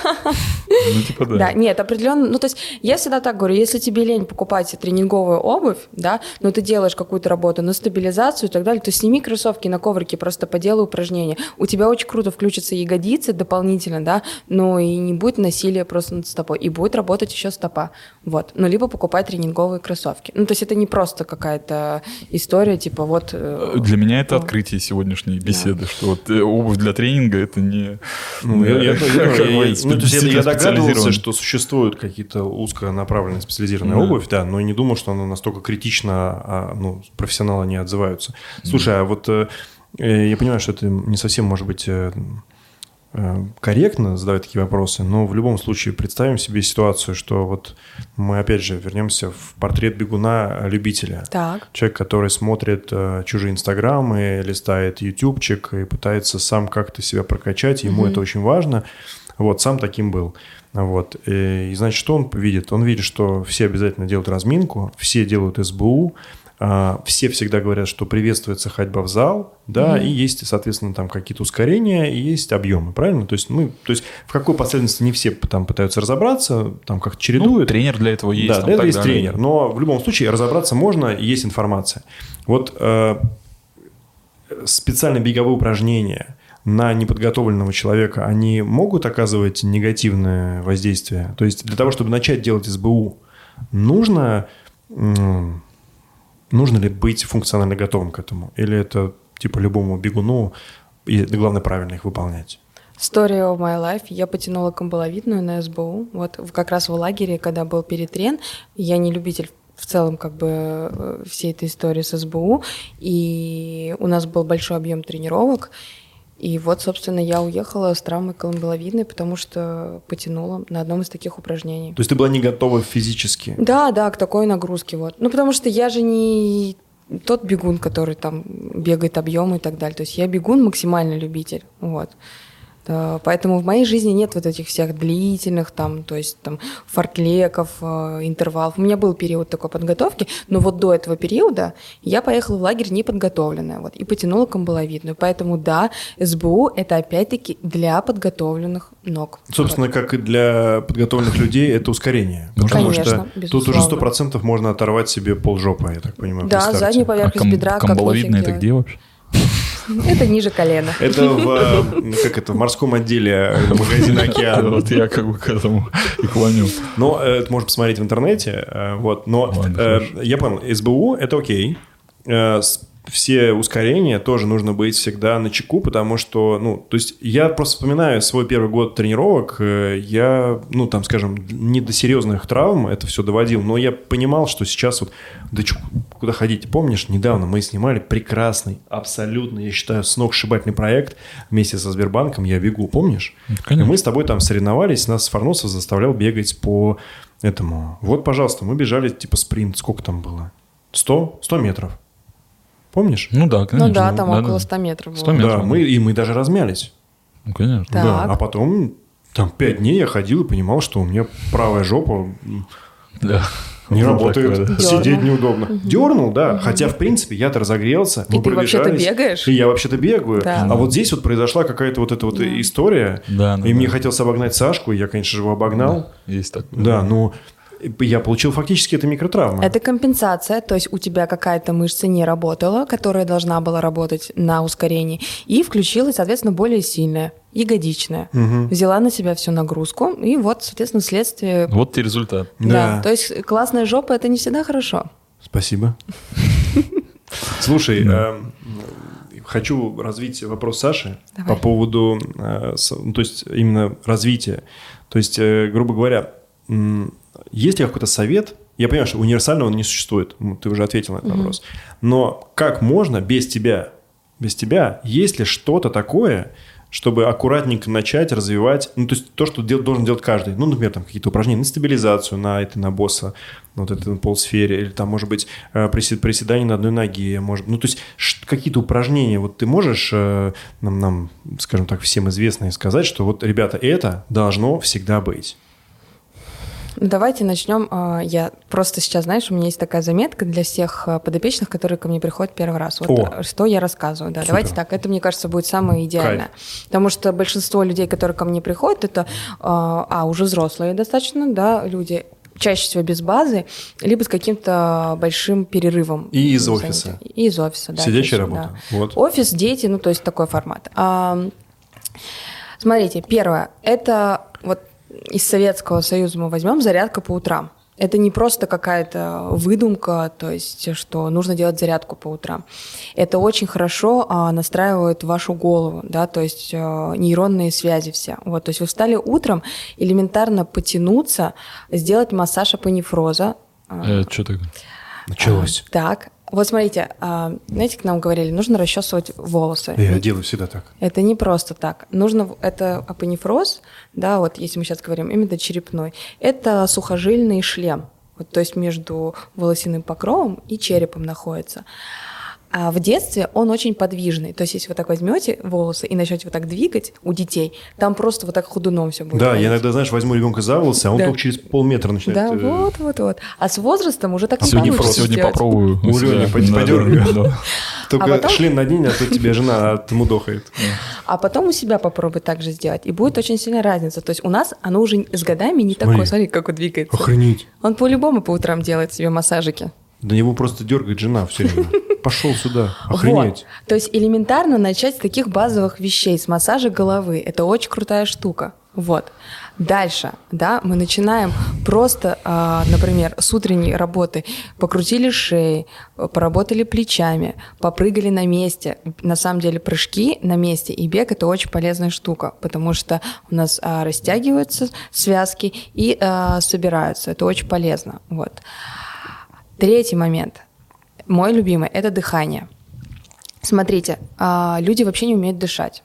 Ну, типа, да. Да, нет, определенно, ну, то есть я всегда так говорю, если тебе лень покупать тренинговую обувь, да, но ты делаешь какую-то работу на стабилизацию и так далее, то сними кроссовки на коврике, просто поделай упражнения. У тебя очень круто включатся ягодицы дополнительно, да, но и не будет насилия просто над стопой, и будет работать еще стопа, вот. Ну, либо покупать тренинговые кроссовки. Ну, то есть это не просто какая-то история, типа вот... Для меня это ну, открытие сегодняшней беседы, да. Что вот обувь для тренинга это не... Ну, я, я, я, я, ну, то есть я, я догадывался, что существуют какие-то узконаправленные специализированные да. обувь, да, но не думал, что она настолько критично, а, ну, профессионалы не отзываются. Слушай, да. а вот э, я понимаю, что это не совсем, может быть, э, э, корректно задавать такие вопросы, но в любом случае представим себе ситуацию, что вот мы опять же вернемся в портрет бегуна-любителя. Так. Человек, который смотрит э, чужие инстаграмы, листает ютубчик и пытается сам как-то себя прокачать, ему mm-hmm. это очень важно. Вот, сам таким был. Вот. И, и значит, что он видит? Он видит, что все обязательно делают разминку, все делают эс бэ у, а, все всегда говорят, что приветствуется ходьба в зал, да, mm-hmm. и есть, соответственно, там какие-то ускорения, и есть объемы, правильно? То есть, мы, то есть в какой последовательности не все там пытаются разобраться, там как-то чередуют. Ну, тренер для этого есть. Да, там, для этого есть далее. тренер, но в любом случае разобраться можно, и есть информация. Вот э, специальные беговые упражнения на неподготовленного человека, они могут оказывать негативное воздействие? То есть для того, чтобы начать делать эс бэ у, нужно, нужно ли быть функционально готовым к этому? Или это типа любому бегуну, и главное правильно их выполнять? Story of my life. Я потянула камбаловидную на эс бэ у. Вот как раз в лагере, когда был перетрен, я не любитель в целом как бы всей этой истории с эс бэ у, и у нас был большой объем тренировок. И вот, собственно, я уехала с травмой камбаловидной, потому что потянула на одном из таких упражнений. То есть ты была не готова физически? Да, да, к такой нагрузке. Вот. Ну, потому что я же не тот бегун, который там бегает объемы и так далее. То есть я бегун максимально любитель. Вот. Поэтому в моей жизни нет вот этих всех длительных, там, то есть там фортлеков, интервалов. У меня был период такой подготовки, но вот до этого периода я поехала в лагерь неподготовленная, вот, и потянула камбаловидную. Поэтому да, СБУ – это опять-таки для подготовленных ног. Собственно, вот. Как и для подготовленных людей, это ускорение. Потому Конечно, что безусловно. Тут уже сто процентов можно оторвать себе полжопы, я так понимаю. Да, заднюю поверхность а бедра. Камбаловидная – это где вообще? Это ниже колена. Это в, как это, в морском отделе магазина «Океан». Вот я как бы к этому и клоню. Но это можно посмотреть в интернете. Вот, но я понял, СБУ – это окей. Все ускорения тоже нужно быть всегда на чеку, потому что, ну, то есть я просто вспоминаю свой первый год тренировок, я, ну, там, скажем, не до серьезных травм это все доводил, но я понимал, что сейчас вот, да чё, куда ходить? Помнишь, недавно мы снимали прекрасный, абсолютно, я считаю, сногсшибательный проект вместе со Сбербанком «Я бегу», помнишь? Конечно. И мы с тобой там соревновались, нас Фарносов заставлял бегать по этому. Вот, пожалуйста, мы бежали типа спринт, сколько там было? сто? сто метров. Помнишь? Ну да, конечно. Ну да, там да, около да. ста метров было. сто метров. Да, мы, и мы даже размялись. Ну, конечно. Так. Да, а потом там пять дней я ходил и понимал, что у меня правая жопа да. не вот работает, такое, да. сидеть Дернул. неудобно. Угу. Дернул, да, угу. Хотя в принципе я-то разогрелся, и мы ты вообще-то бегаешь. И я вообще-то бегаю. Да. А вот здесь вот произошла какая-то вот эта вот да. история, да, да, и да. мне хотелось обогнать Сашку, и я, конечно же, его обогнал. Да, есть такое. Да, ну... Я получил фактически это микротравма. Это компенсация, то есть у тебя какая-то мышца не работала, которая должна была работать на ускорении, и включилась, соответственно, более сильная, ягодичная. Угу. Взяла на себя всю нагрузку, и вот, соответственно, следствие... Вот и результат. Да, да. То есть классная жопа – это не всегда хорошо. Спасибо. Слушай, хочу развить вопрос Саши по поводу, то есть именно развития. То есть, грубо говоря, есть ли какой-то совет? Я понимаю, что универсального он не существует. Ты уже ответил на этот mm-hmm. вопрос. Но как можно без тебя, без тебя, есть ли что-то такое, чтобы аккуратненько начать развивать, ну, то есть то, что дел, должен делать каждый. Ну, например, там какие-то упражнения на стабилизацию, на это, на босса, на вот этой полусфере, или там, может быть, приседание на одной ноге, может, ну, то есть какие-то упражнения. Вот ты можешь нам, нам, скажем так, всем известные сказать, что вот, ребята, это должно всегда быть. Давайте начнем. Я просто сейчас, знаешь, у меня есть такая заметка для всех подопечных, которые ко мне приходят первый раз. Вот О, что я рассказываю. Да, давайте так. Это, мне кажется, будет самое идеальное. Кайф. Потому что большинство людей, которые ко мне приходят, это а, уже взрослые достаточно, да, люди, чаще всего без базы, либо с каким-то большим перерывом. И из офиса. И из офиса, да. Сидячая работа. Да. Вот. Офис, дети, ну, то есть такой формат. А, смотрите, первое, это вот из Советского Союза мы возьмем зарядка по утрам. Это не просто какая-то выдумка, то есть, что нужно делать зарядку по утрам. Это очень хорошо а, настраивает вашу голову, да, то есть а, нейронные связи все. Вот, то есть вы встали утром, элементарно потянуться, сделать массаж апонефроза. Э, что такое? Началось. А, так. Вот смотрите, знаете, к нам говорили, нужно расчесывать волосы. Я делаю всегда так. Это не просто так. Нужно, это апонефроз, да, вот если мы сейчас говорим именно черепной, это сухожильный шлем, вот, то есть между волосяным покровом и черепом находится. А в детстве он очень подвижный. То есть, если вы так возьмете волосы и начнете вот так двигать у детей, там просто вот так ходуном все будет. Да, ходить. я иногда, знаешь, возьму ребенка за волосы, а он да. только через полметра начинает. Да, вот, вот, вот. А с возрастом уже так а не сегодня получится Сегодня сделать. попробую. У Лёни подергаю. Только а потом... шлем надень, а то тебе жена отмудохает. А потом у себя попробуй так же сделать. И будет очень сильная разница. То есть у нас оно уже с годами не Смотри. такое. Смотри, как он двигается. Охренеть. Он по-любому по утрам делает себе массажики. Да его просто дергает жена все время. Пошел сюда, охренеть. Вот. То есть элементарно начать с таких базовых вещей, с массажа головы. Это очень крутая штука. Вот. Дальше, да, мы начинаем просто, э, например, с утренней работы покрутили шеей, поработали плечами, попрыгали на месте. На самом деле прыжки на месте и бег – это очень полезная штука, потому что у нас э, растягиваются связки и э, собираются. Это очень полезно. Вот. Третий момент, мой любимый, это дыхание. Смотрите, э, люди вообще не умеют дышать.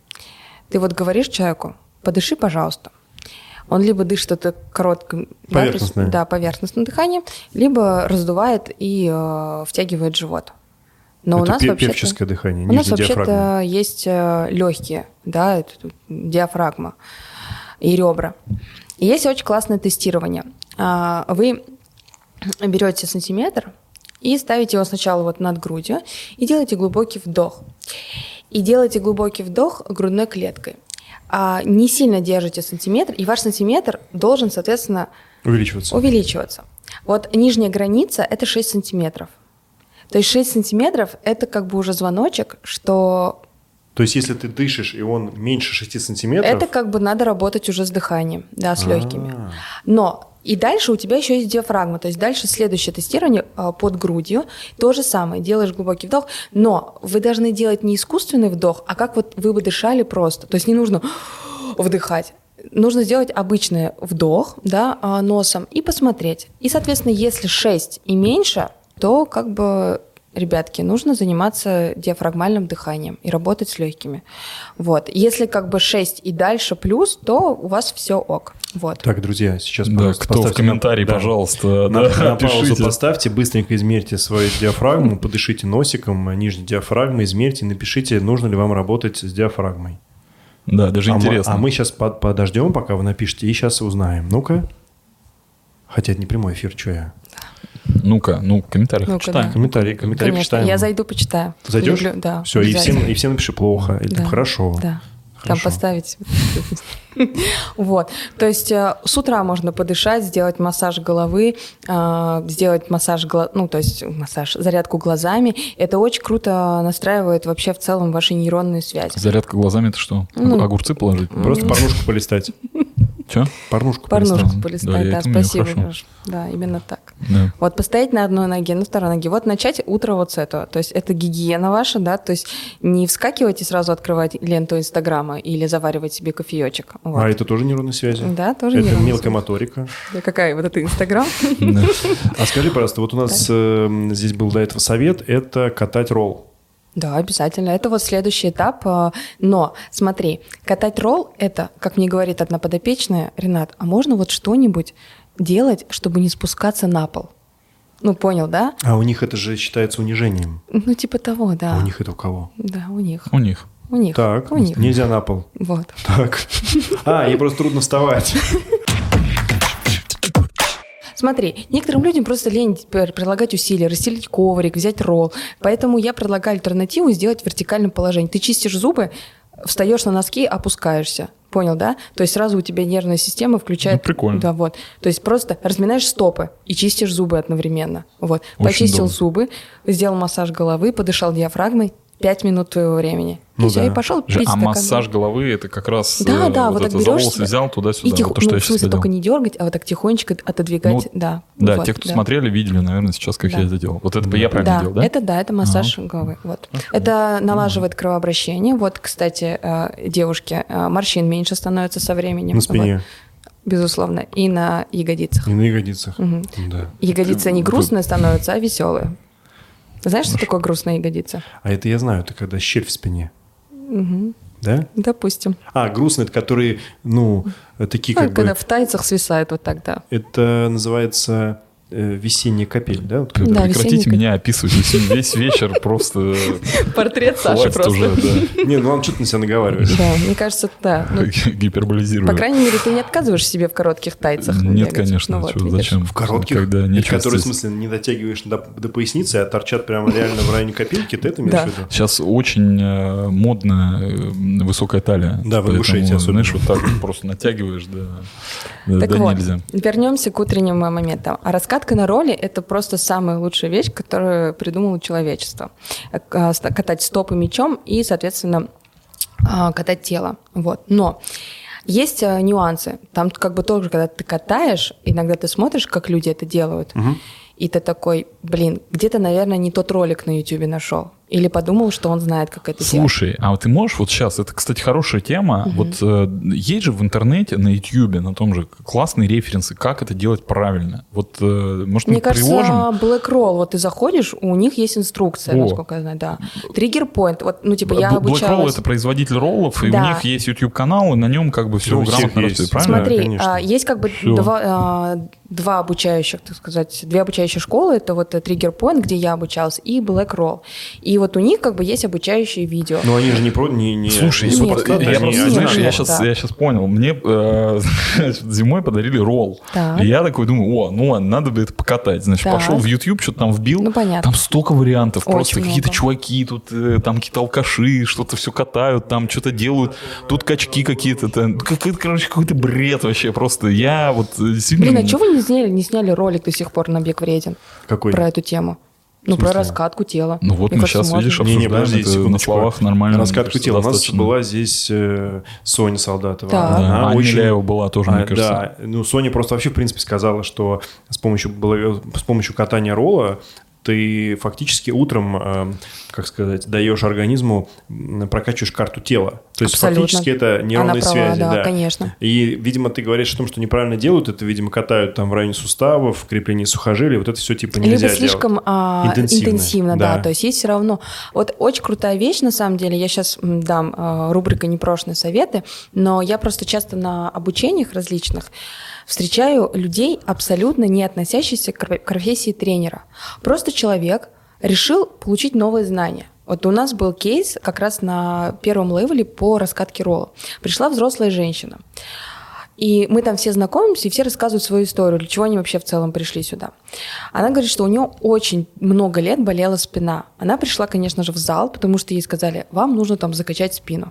Ты вот говоришь человеку, подыши, пожалуйста. Он либо дышит это короткое, поверхностное, да, поверхностное дыхание, либо раздувает и э, втягивает живот. Но это у нас пе- вообще-то, певческое дыхание, у нас диафрагма. вообще-то есть легкие, да, это диафрагма и ребра. И есть очень классное тестирование. Вы берете сантиметр и ставите его сначала вот над грудью и делаете глубокий вдох. И делаете глубокий вдох грудной клеткой. А не сильно держите сантиметр, и ваш сантиметр должен, соответственно, увеличиваться. увеличиваться. Вот нижняя граница – это шесть сантиметров. То есть шесть сантиметров – это как бы уже звоночек, что… То есть если ты дышишь, и он меньше шести сантиметров… Это как бы надо работать уже с дыханием, да, с А-а-а. легкими. Но и дальше у тебя еще есть диафрагма, то есть дальше следующее тестирование под грудью, то же самое, делаешь глубокий вдох, но вы должны делать не искусственный вдох, а как вот вы бы дышали просто, то есть не нужно вдыхать. Нужно сделать обычный вдох, да, носом и посмотреть. И, соответственно, если шесть и меньше, то как бы, ребятки, нужно заниматься диафрагмальным дыханием и работать с легкими. Вот. Если как бы шесть и дальше плюс, то у вас все ок. Вот. Так, друзья, сейчас, да, кто в комментарии, на, пожалуйста, на, да, на паузу поставьте, быстренько измерьте свою диафрагму, подышите носиком, нижней диафрагмой, измерьте, напишите, нужно ли вам работать с диафрагмой. Да, даже а интересно. Мы, а мы сейчас под, подождем, пока вы напишете, и сейчас узнаем. Ну-ка. Хотя это не прямой эфир, что я? Ну-ка, ну, комментарии Ну-ка, читаем. да. Комментарии, комментарии Конечно, почитаем. я зайду, почитаю. Зайдешь? Люблю, да. Все, и всем, и всем напиши плохо, или да. хорошо. Да. Хорошо. Там поставить. Вот. То есть с утра можно подышать, сделать массаж головы, сделать массаж, ну, то есть массаж, зарядку глазами. Это очень круто настраивает вообще в целом ваши нейронные связи. Зарядка глазами – это что? Ну, огурцы положить? Просто порнушку полистать. Че? Порнушку, Порнушку полистать, да, да, спасибо. Да, именно так. Да. Вот постоять на одной ноге, на второй ноге. Вот начать утро вот с этого. То есть это гигиена ваша, да, то есть не вскакивать и сразу открывать ленту Инстаграма или заваривать себе кофеечек. Вот. А это тоже нейронные связи? Да, тоже это нейронные мелкая связи. моторика. Да, какая? Вот это Инстаграм? А скажи, пожалуйста, вот у нас здесь был до этого совет, это катать ролл. Да, обязательно. Это вот следующий этап. Но смотри, катать ролл – это, как мне говорит одна подопечная, Ренат, а можно вот что-нибудь делать, чтобы не спускаться на пол? Ну, понял, да? А у них это же считается унижением. Ну, типа того, да. А у них это у кого? Да, у них. У них. У них. Так, у них. Нельзя на пол. Вот. Так. А, ей просто трудно вставать. Смотри, некоторым людям просто лень прилагать усилия, расстелить коврик, взять ролл. Поэтому я предлагаю альтернативу сделать в вертикальном положении. Ты чистишь зубы, встаешь на носки, опускаешься. Понял, да? То есть сразу у тебя нервная система включает… Ну, прикольно. Да, вот. То есть просто разминаешь стопы и чистишь зубы одновременно. Вот. Очень Почистил долго. зубы, сделал массаж головы, подышал диафрагмой. Пять минут твоего времени. Ну и все, да. и пошел пить А стакан. массаж головы – это как раз Да, э, да, вот вот так это за берешь волосы себя взял туда-сюда, и тихо, вот то, что ну, я в сейчас смысле, делал. только не дергать, а вот так тихонечко отодвигать, Ну, да. Да, вот, те, кто да. смотрели, видели, наверное, сейчас, как Да. я это делал. Вот это бы я правильно Да, делал, да? это да, это массаж головы. Вот. Это налаживает кровообращение. Вот, кстати, э, девушки, э, морщин меньше становится со временем. На спине. Вот. Безусловно. И на ягодицах. И на ягодицах. Мгм. Да. Ягодицы не грустные становятся, а веселые. Знаешь, что такое грустная ягодица? А это я знаю, это когда щель в спине. Мгм. Да? Допустим. А, грустные, это которые, ну, такие Ну, как когда бы… в тайцах свисает вот так, да. Это называется э, весенняя капель, да? Вот когда- Да, Прекратите весенний- меня описывать весь, весь вечер, просто Портрет Саши хватит просто. уже, да. Не, ну ладно, что ты на себя наговариваешь? Да, мне кажется, да. Ну, Гиперболизирую. по крайней мере, ты не отказываешь себе в коротких тайцах. Нет, бегать. конечно, Ну вот, чё, видишь. зачем? В коротких? Когда И нечего которые, в здесь. смысле, не дотягиваешь до, до поясницы, а торчат прямо реально в районе капельки, ты это имеешь Да. в виду? Сейчас очень э, модно э, высокая талия. Да, в Поэтому, ингушетии особенно. знаешь, вот так вот просто натягиваешь, да, да, Так да вот, нельзя. вернемся к утренним моментам. А раскатка на роли – это просто самая лучшая вещь, которую придумало человечество. А, ст- Катать стопы мячом и, соответственно, а, катать тело. Вот. Но есть а, нюансы. Там как бы тоже, когда ты катаешь, иногда ты смотришь, как люди это делают, и ты такой, блин, где-то, наверное, не тот ролик на Ютубе нашел. Или подумал, что он знает, как это делать. Слушай, а вот ты можешь вот сейчас, это, кстати, хорошая тема, Мгм. вот э, есть же в интернете, на Ютьюбе, на том же, классные референсы, как это делать правильно. Вот, э, может, Мне мы кажется, приложим? Black Roll, вот ты заходишь, у них есть инструкция, О. насколько я знаю, да. Триггер Point, вот, ну, типа, я Б- Black Roll обучалась... — это производитель роллов, и Да. у них есть YouTube-канал, и на нем как бы все Ну, у всех грамотно есть. растет, правильно? Смотри, конечно. а, есть как бы Всё. два, а, два обучающих, так сказать, две обучающие школы. Это вот Trigger Point, где я обучалась, и Blackroll. И вот у них как бы есть обучающие видео. Но они же не про... Не, не, Слушай, не нет, подкаты, я они, просто, они, знаешь, они, я сейчас, да. я сейчас понял. Мне э, зимой подарили ролл. Так. И я такой думаю, о, ну ладно, надо бы это покатать. Значит, Так. пошел в YouTube, что-то там вбил. Ну, понятно. Там столько вариантов. Очень просто много. какие-то чуваки, тут э, там какие-то алкаши, что-то все катают, там что-то делают. Тут качки какие-то. Там, какой-то, короче, какой-то бред вообще. Просто я вот действительно... Блин, а чего вы не сняли, не сняли ролик до сих пор на «Бег вреден» Какой? про эту тему? Ну, про раскатку тела. Ну вот Мне мы кажется, сейчас, можно. видишь, Не, не, обсуждаем подожди, это секундочку. на словах нормально. Раскатку тела. У нас достаточно. была здесь э, Соня Солдатова. Так. Да, Она Аня очень... Миляева была тоже, мне А, кажется. Да, ну Соня просто вообще, в принципе, сказала, что с помощью, с помощью катания ролла ты фактически утром, э, как сказать, даешь организму, прокачиваешь карту тела. То есть Абсолютно. фактически это нейронные Она права, связи. да, Да, конечно. И, видимо, ты говоришь о том, что неправильно делают, это, видимо, катают там в районе суставов, крепление сухожилий, вот это все типа нельзя Либо слишком делать. а, Интенсивно. интенсивно, да. Да. То есть есть все равно... Вот очень крутая вещь, на самом деле, я сейчас дам а, рубрика «Непрошенные советы», но я просто часто на обучениях различных встречаю людей, абсолютно не относящихся к профессии тренера. Просто человек решил получить новые знания. Вот у нас был кейс как раз на первом левеле по раскатке ролла. Пришла взрослая женщина. И мы там все знакомимся, и все рассказывают свою историю, для чего они вообще в целом пришли сюда. Она говорит, что у нее очень много лет болела спина. Она пришла, конечно же, в зал, потому что ей сказали, вам нужно там закачать спину.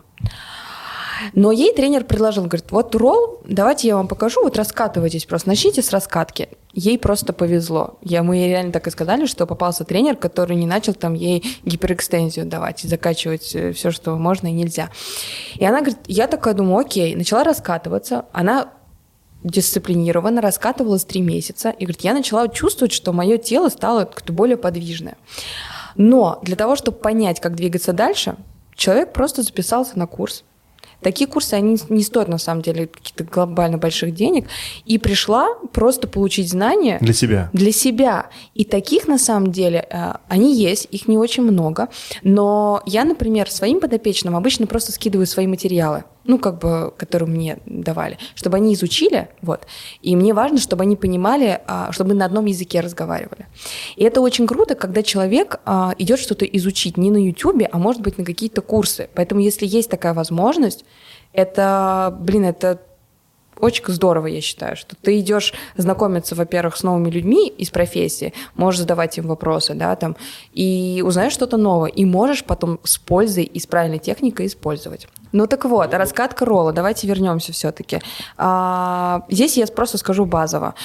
Но ей тренер предложил, говорит, вот ролл, давайте я вам покажу, вот раскатывайтесь просто, начните с раскатки. Ей просто повезло. Я, мы ей реально так и сказали, что попался тренер, который не начал там ей гиперэкстензию давать и закачивать все, что можно и нельзя. И она говорит, я такая думаю, окей, начала раскатываться, она дисциплинированно раскатывалась три месяца, и говорит, я начала чувствовать, что мое тело стало как-то более подвижное. Но для того, чтобы понять, как двигаться дальше, человек просто записался на курс. Такие курсы, они не стоят, на самом деле, каких-то глобально больших денег. И пришла просто получить знания. Для себя. Для себя. И таких, на самом деле, они есть, их не очень много. Но я, например, своим подопечным обычно просто скидываю свои материалы, ну, как бы, которые мне давали, чтобы они изучили, вот. И мне важно, чтобы они понимали, чтобы мы на одном языке разговаривали. И это очень круто, когда человек идет что-то изучить не на Ютубе, а может быть на какие-то курсы. Поэтому, если есть такая возможность, это, блин, это очень здорово, я считаю, что ты идешь знакомиться, во-первых, с новыми людьми из профессии, можешь задавать им вопросы, да, там, и узнаешь что-то новое, и можешь потом с пользой и с правильной техникой использовать. Ну так вот, раскатка ролла, давайте вернемся все-таки. А, здесь я просто скажу базово.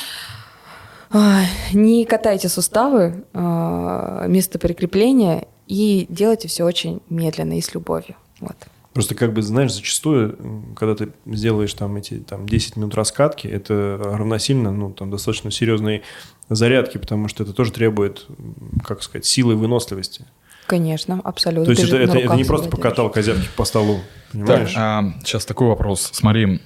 А, не катайте суставы, а, место прикрепления, и делайте все очень медленно и с любовью. Вот. Просто, как бы, знаешь, зачастую, когда ты сделаешь там эти там, десять минут раскатки, это равносильно, ну, там, достаточно серьезной зарядки, потому что это тоже требует, как сказать, силы и выносливости. Конечно, абсолютно. То есть это, это, это не просто делаешь. покатал козявки по столу, понимаешь? Так, а, сейчас такой вопрос. Смотри,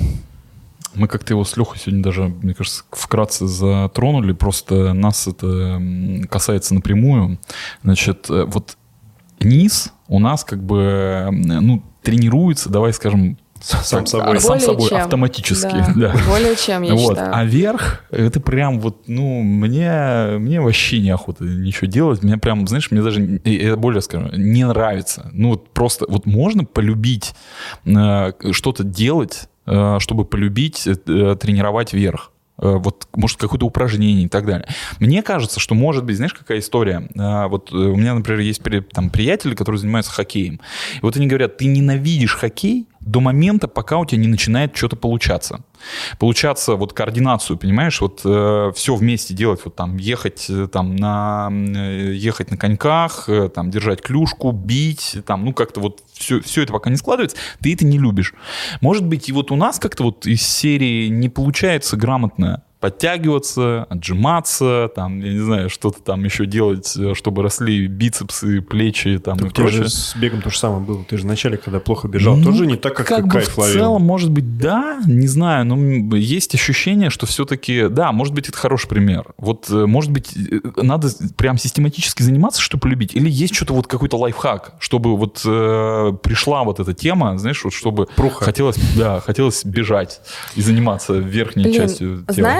мы как-то его с Лехой сегодня даже, мне кажется, вкратце затронули, просто нас это касается напрямую. Значит, вот низ у нас как бы, ну, тренируется, давай скажем, сам собой, сам более собой чем. автоматически. Да. Да. Более чем, я вот. считаю. А верх, это прям вот, ну, мне, мне вообще неохота ничего делать. Мне прям, знаешь, мне даже, я более скажу, не нравится. Ну, вот просто, вот можно полюбить э, что-то делать, э, чтобы полюбить э, тренировать верх. Вот, может, какое-то упражнение и так далее. Мне кажется, что может быть, знаешь, какая история? Вот у меня, например, есть там приятели, которые занимаются хоккеем. И вот они говорят, ты ненавидишь хоккей до момента, пока у тебя не начинает что-то получаться. Получаться, вот координацию, понимаешь, вот э, все вместе делать, вот там ехать, там, на, ехать на коньках, э, там, держать клюшку, бить, там, ну как-то вот все, все это пока не складывается, ты это не любишь. Может быть, и вот у нас как-то вот из серии не получается грамотно подтягиваться, отжиматься, там, я не знаю, что-то там еще делать, чтобы росли бицепсы, плечи, там, так и у тебя прочее. же с бегом то же самое было. Ты же вначале, когда плохо бежал, ну, тоже не так, как, как ты бы кайф в ловил. целом, может быть, да, не знаю, но есть ощущение, что все-таки, да, может быть, это хороший пример. Вот, может быть, надо прям систематически заниматься, чтобы полюбить, или есть что-то вот какой-то лайфхак, чтобы вот э, пришла вот эта тема, знаешь, вот чтобы Пруха. хотелось, да, хотелось бежать и заниматься верхней Блин, частью тела. знаешь,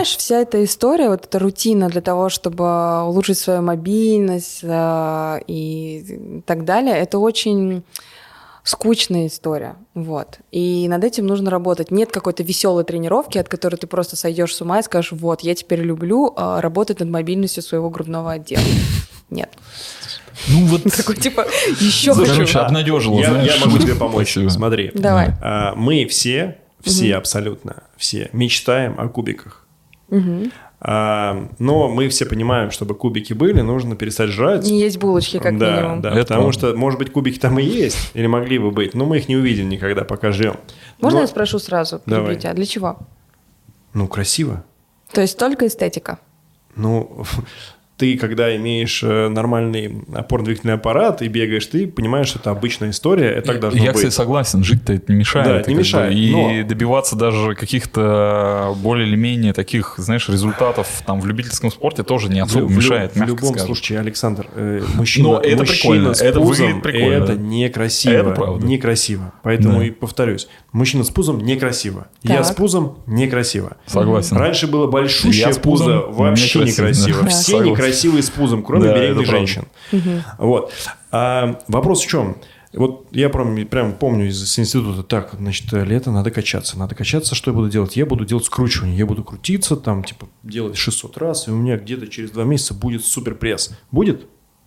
знаешь, вся эта история, вот эта рутина для того, чтобы улучшить свою мобильность э, и так далее, это очень скучная история. Вот. И над этим нужно работать. Нет какой-то веселой тренировки, от которой ты просто сойдешь с ума и скажешь, вот, я теперь люблю э, работать над мобильностью своего грудного отдела. Нет. Ну вот такой типа еще хочу. Короче, обнадежил, я, знаешь. я могу тебе помочь. Смотри. Давай. А, мы все, все угу. абсолютно все мечтаем о кубиках. Угу. А, но мы все понимаем, чтобы кубики были, нужно перестать жрать. Не есть булочки, как да, минимум. Да, потому правда. Что, может быть, кубики там и есть, или могли бы быть, но мы их не увидим никогда, пока жрем. Можно но... я спрошу сразу? Давай. А для чего? Ну, красиво. То есть только эстетика? Ну... Ты, когда имеешь нормальный опорно-двигательный аппарат и бегаешь, ты понимаешь, что это обычная история, это так должно Я, быть. кстати, согласен, жить-то это не мешает. Да, это не мешает. Бы, и но... добиваться даже каких-то более или менее таких, знаешь, результатов там в любительском спорте тоже не особо в, мешает. В, в любом скажем. случае, Александр, э, мужчина, но это мужчина с это пузом, прикольно. это некрасиво. Это правда. Некрасиво. Поэтому да. и повторюсь, мужчина с пузом некрасиво. Так. Я с пузом некрасиво. Согласен. Раньше было большущее пузо, вообще некрасиво. Да. Все Согласен. Некрасивые с пузом, кроме да, беременных женщин. Угу. Вот. А, вопрос в чем? Вот я прям, прям помню из института, так, значит, лето, надо качаться. Надо качаться, что я буду делать? Я буду делать скручивание. Я буду крутиться, там, типа, делать шестьсот раз, и у меня где-то через два месяца будет суперпресс. Будет?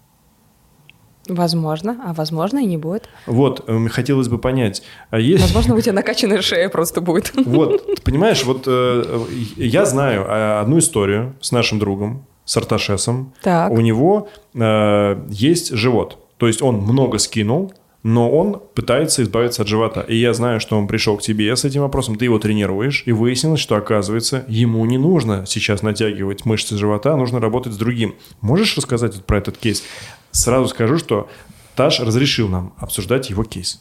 Возможно, а возможно и не будет. Вот, хотелось бы понять. А есть... Возможно, у тебя накачанная шея просто будет. Вот, понимаешь, вот я знаю одну историю с нашим другом, с Арташесом. Так. У него э, есть живот. То есть он много скинул, но он пытается избавиться от живота. И я знаю, что он пришел к тебе с этим вопросом, ты его тренируешь, и выяснилось, что, оказывается, ему не нужно сейчас натягивать мышцы живота, нужно работать с другим. Можешь рассказать вот про этот кейс? Сразу скажу, что Таш разрешил нам обсуждать его кейс.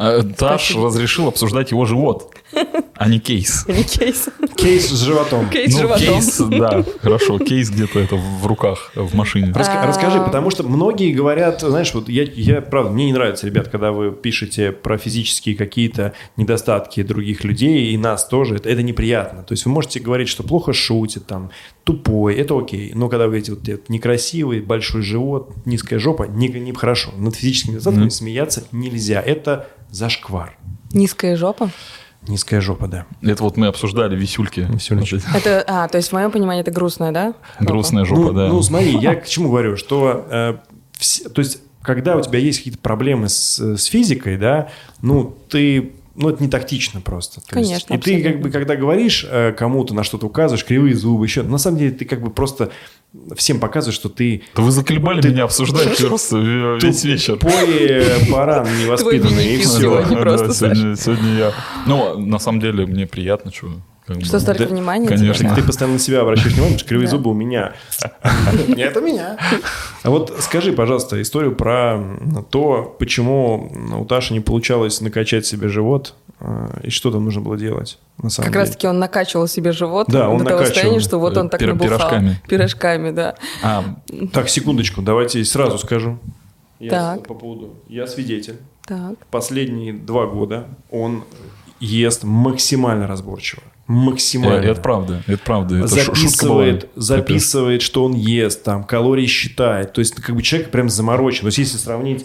Таш Спасибо. разрешил обсуждать его живот, а не кейс. Не кейс. Кейс с животом. Кейс ну, с животом. Кейс, да, хорошо. Кейс где-то это в руках, в машине. Раска- расскажи, потому что многие говорят, знаешь, вот я, я, правда, мне не нравится, ребят, когда вы пишете про физические какие-то недостатки других людей, и нас тоже, это, это неприятно. То есть вы можете говорить, что плохо шутит, там, тупой, это окей. Но когда вы говорите, вот некрасивый, большой живот, низкая жопа, не, не хорошо. Над физическими недостатками mm-hmm. смеяться нельзя. Это зашквар. Низкая жопа? Низкая жопа, да. Это вот мы обсуждали висюльки. Висюльки. Это, а, то есть в моем понимании это грустная, да? Грустная жопа, ну, да. Ну, смотри, я к чему говорю, что, э, все, то есть, когда у тебя есть какие-то проблемы с, с физикой, да, ну, ты, ну, это не тактично просто. То Конечно, есть, и ты, как бы, когда говоришь э, кому-то, на что-то указываешь, кривые зубы, еще, на самом деле, ты как бы просто всем показываешь, что ты... Да вы заколебали ты, меня обсуждать просто весь вечер. Тупой баран невоспитанный, и все. Сегодня, просто, да, сегодня, сегодня я... Ну, на самом деле, мне приятно, что... Как что бы. Столько да, внимания? Конечно. Ты постоянно на себя обращаешь внимание, потому что кривые зубы у меня. Нет, у меня. А вот скажи, пожалуйста, историю про то, почему у Таши не получалось накачать себе живот, и что там нужно было делать. На самом как деле. раз-таки он накачивал себе живот да, до он того накачивал. состояния, что вот он так Пир- набухал. Пирожками. Пирожками, да. А. Так, секундочку, давайте сразу скажу. Я так. по поводу... Я свидетель. Так. Последние два года он ест максимально разборчиво. Максимально. Это, это правда, это правда. Это записывает, записывает, что он ест, там, калории считает. То есть, как бы человек прям заморочен. То есть, если сравнить...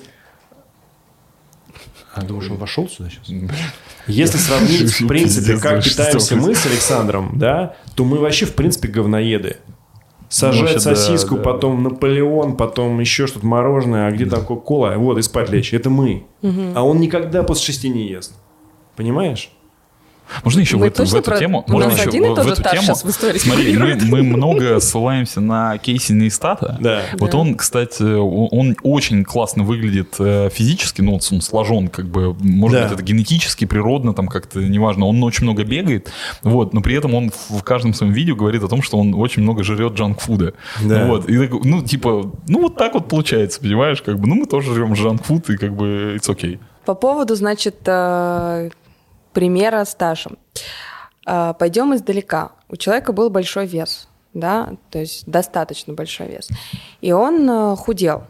А, думаешь, он вошел сюда сейчас? Если сравнить, в принципе, как питаемся мы с Александром, да, то мы вообще, в принципе, говноеды. Сажать сосиску, потом Наполеон, потом еще что-то мороженое, а где там кока-кола, вот, и спать лечь. Это мы. А он никогда после шести не ест. Понимаешь? Можно еще в эту, в эту про... тему? У Можно нас еще один и тот же эту Таш тему? сейчас в истории. Смотри, мы, мы много ссылаемся на Кейси Нейстата. Да. Вот да. он, кстати, он очень классно выглядит физически, ну, он сложен, как бы, может да. быть, это генетически, природно, там как-то, неважно. Он очень много бегает, вот, но при этом он в каждом своем видео говорит о том, что он очень много жрет джанк-фуда. Да. Вот, и, ну, типа, ну, вот так вот получается, понимаешь, как бы, ну, мы тоже жрем джанк-фуд, и как бы, it's okay. По поводу, значит, примера с Ташем. Пойдем издалека. У человека был большой вес, да, то есть достаточно большой вес. И он худел.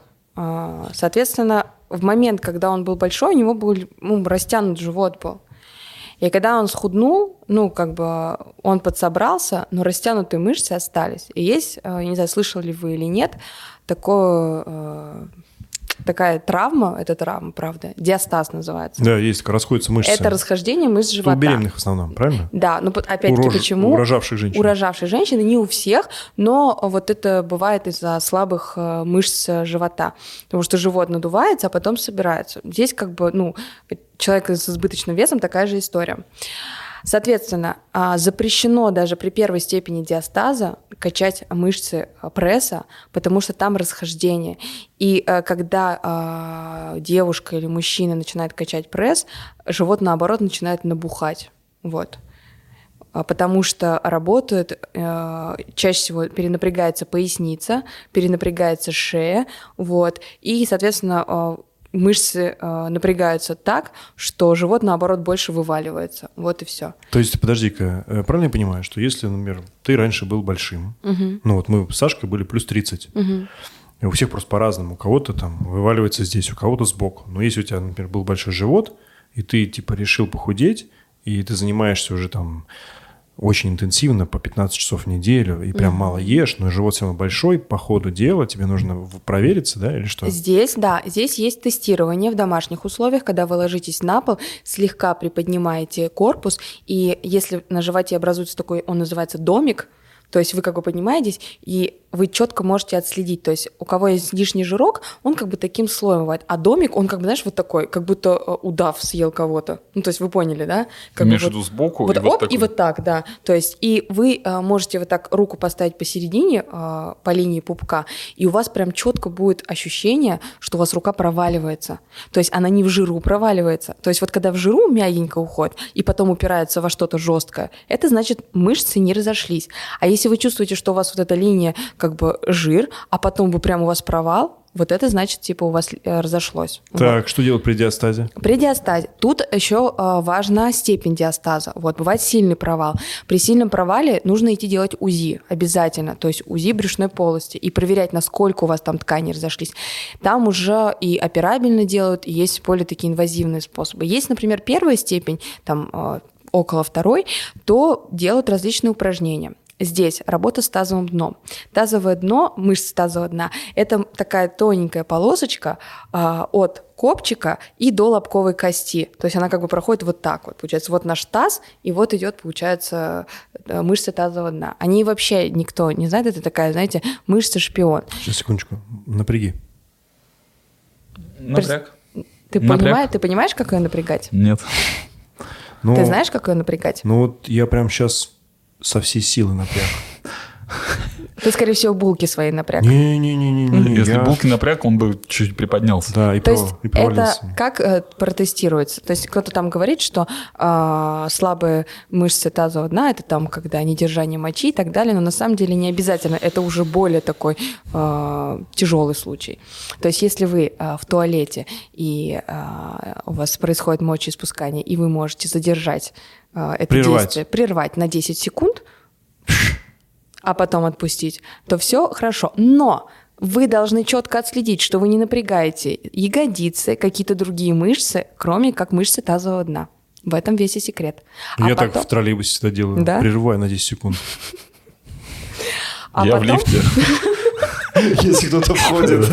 Соответственно, в момент, когда он был большой, у него был, ну, растянут живот был. И когда он схуднул, ну, как бы он подсобрался, но растянутые мышцы остались. И есть, не знаю, слышали ли вы или нет, такое... такая травма, это травма, правда, диастаз называется. Да, есть, расходятся мышцы. Это расхождение мышц живота. У беременных в основном, правильно? Да, но опять-таки у рож... почему? У рожавших женщин. У рожавших женщин, не у всех, но вот это бывает из-за слабых мышц живота, потому что живот надувается, а потом собирается. Здесь как бы, ну, человек с избыточным весом такая же история. Соответственно, запрещено даже при первой степени диастаза качать мышцы пресса, потому что там расхождение. И когда девушка или мужчина начинает качать пресс, живот, наоборот, начинает набухать. Вот. Потому что работает, чаще всего перенапрягается поясница, перенапрягается шея, вот, и, соответственно, мышцы э, напрягаются так, что живот, наоборот, больше вываливается. Вот и все. То есть, подожди-ка, правильно я понимаю, что если, например, ты раньше был большим, угу. ну вот мы с Сашкой были плюс тридцать, угу. и у всех просто по-разному. У кого-то там вываливается здесь, у кого-то сбоку. Но если у тебя, например, был большой живот, и ты типа решил похудеть, и ты занимаешься уже там очень интенсивно, по пятнадцать часов в неделю, и прям mm-hmm. мало ешь, но живот все равно большой, по ходу дела тебе нужно провериться, да, или что? Здесь, да, здесь есть тестирование в домашних условиях, когда вы ложитесь на пол, слегка приподнимаете корпус, и если на животе образуется такой, он называется домик, то есть вы как бы поднимаетесь, и вы четко можете отследить. То есть у кого есть лишний жирок, он как бы таким слоем бывает. А домик, он как бы, знаешь, вот такой, как будто удав съел кого-то. Ну, то есть вы поняли, да? Как Имеешь в вот, виду сбоку? Вот и оп, вот такой. И вот так, да. То есть и вы а, можете вот так руку поставить посередине, а, по линии пупка, и у вас прям четко будет ощущение, что у вас рука проваливается. То есть она не в жиру проваливается. То есть вот когда в жиру мягенько уходит, и потом упирается во что-то жесткое, это значит, мышцы не разошлись. А если вы чувствуете, что у вас вот эта линия как бы жир, а потом вы прям у вас провал, вот это значит, типа, у вас разошлось. Так, вот. Что делать при диастазе? При диастазе. Тут еще э, важна степень диастаза. Вот, бывает сильный провал. При сильном провале нужно идти делать УЗИ обязательно, то есть УЗИ брюшной полости, и проверять, насколько у вас там ткани разошлись. Там уже и операбельно делают, и есть более такие инвазивные способы. Есть, например, первая степень, там, э, около второй, то делают различные упражнения. Здесь работа с тазовым дном. Тазовое дно, мышцы тазового дна, это такая тоненькая полосочка а, от копчика и до лобковой кости. То есть она как бы проходит вот так вот. Получается, вот наш таз, и вот идет, получается, мышцы тазового дна. Они вообще никто не знает, это такая, знаете, мышца-шпион. Сейчас, секундочку, напряги. Напряг. Ты, Напряг. Понимаешь, ты понимаешь, как ее напрягать? Нет. Ну, ты знаешь, как ее напрягать? Ну вот я прям сейчас... со всей силы напряг. Ты, скорее всего, булки свои напряг. Не-не-не. Если я... булки напряг, он бы чуть приподнялся. Да, и, То про... есть и провалился. это как э, протестируется? То есть кто-то там говорит, что э, слабые мышцы тазового дна – это там, когда недержание мочи и так далее, но на самом деле не обязательно. Это уже более такой э, тяжелый случай. То есть если вы э, в туалете, и э, у вас происходит мочеиспускание, и вы можете задержать э, это прервать. действие, прервать на десять секунд, а потом отпустить, то все хорошо. Но вы должны четко отследить, что вы не напрягаете ягодицы, какие-то другие мышцы, кроме как мышцы тазового дна. В этом весь и секрет. Я а так потом... в троллейбусе всегда делаю, да? прерываю на десять секунд. А Я потом... в лифте. Если кто-то входит.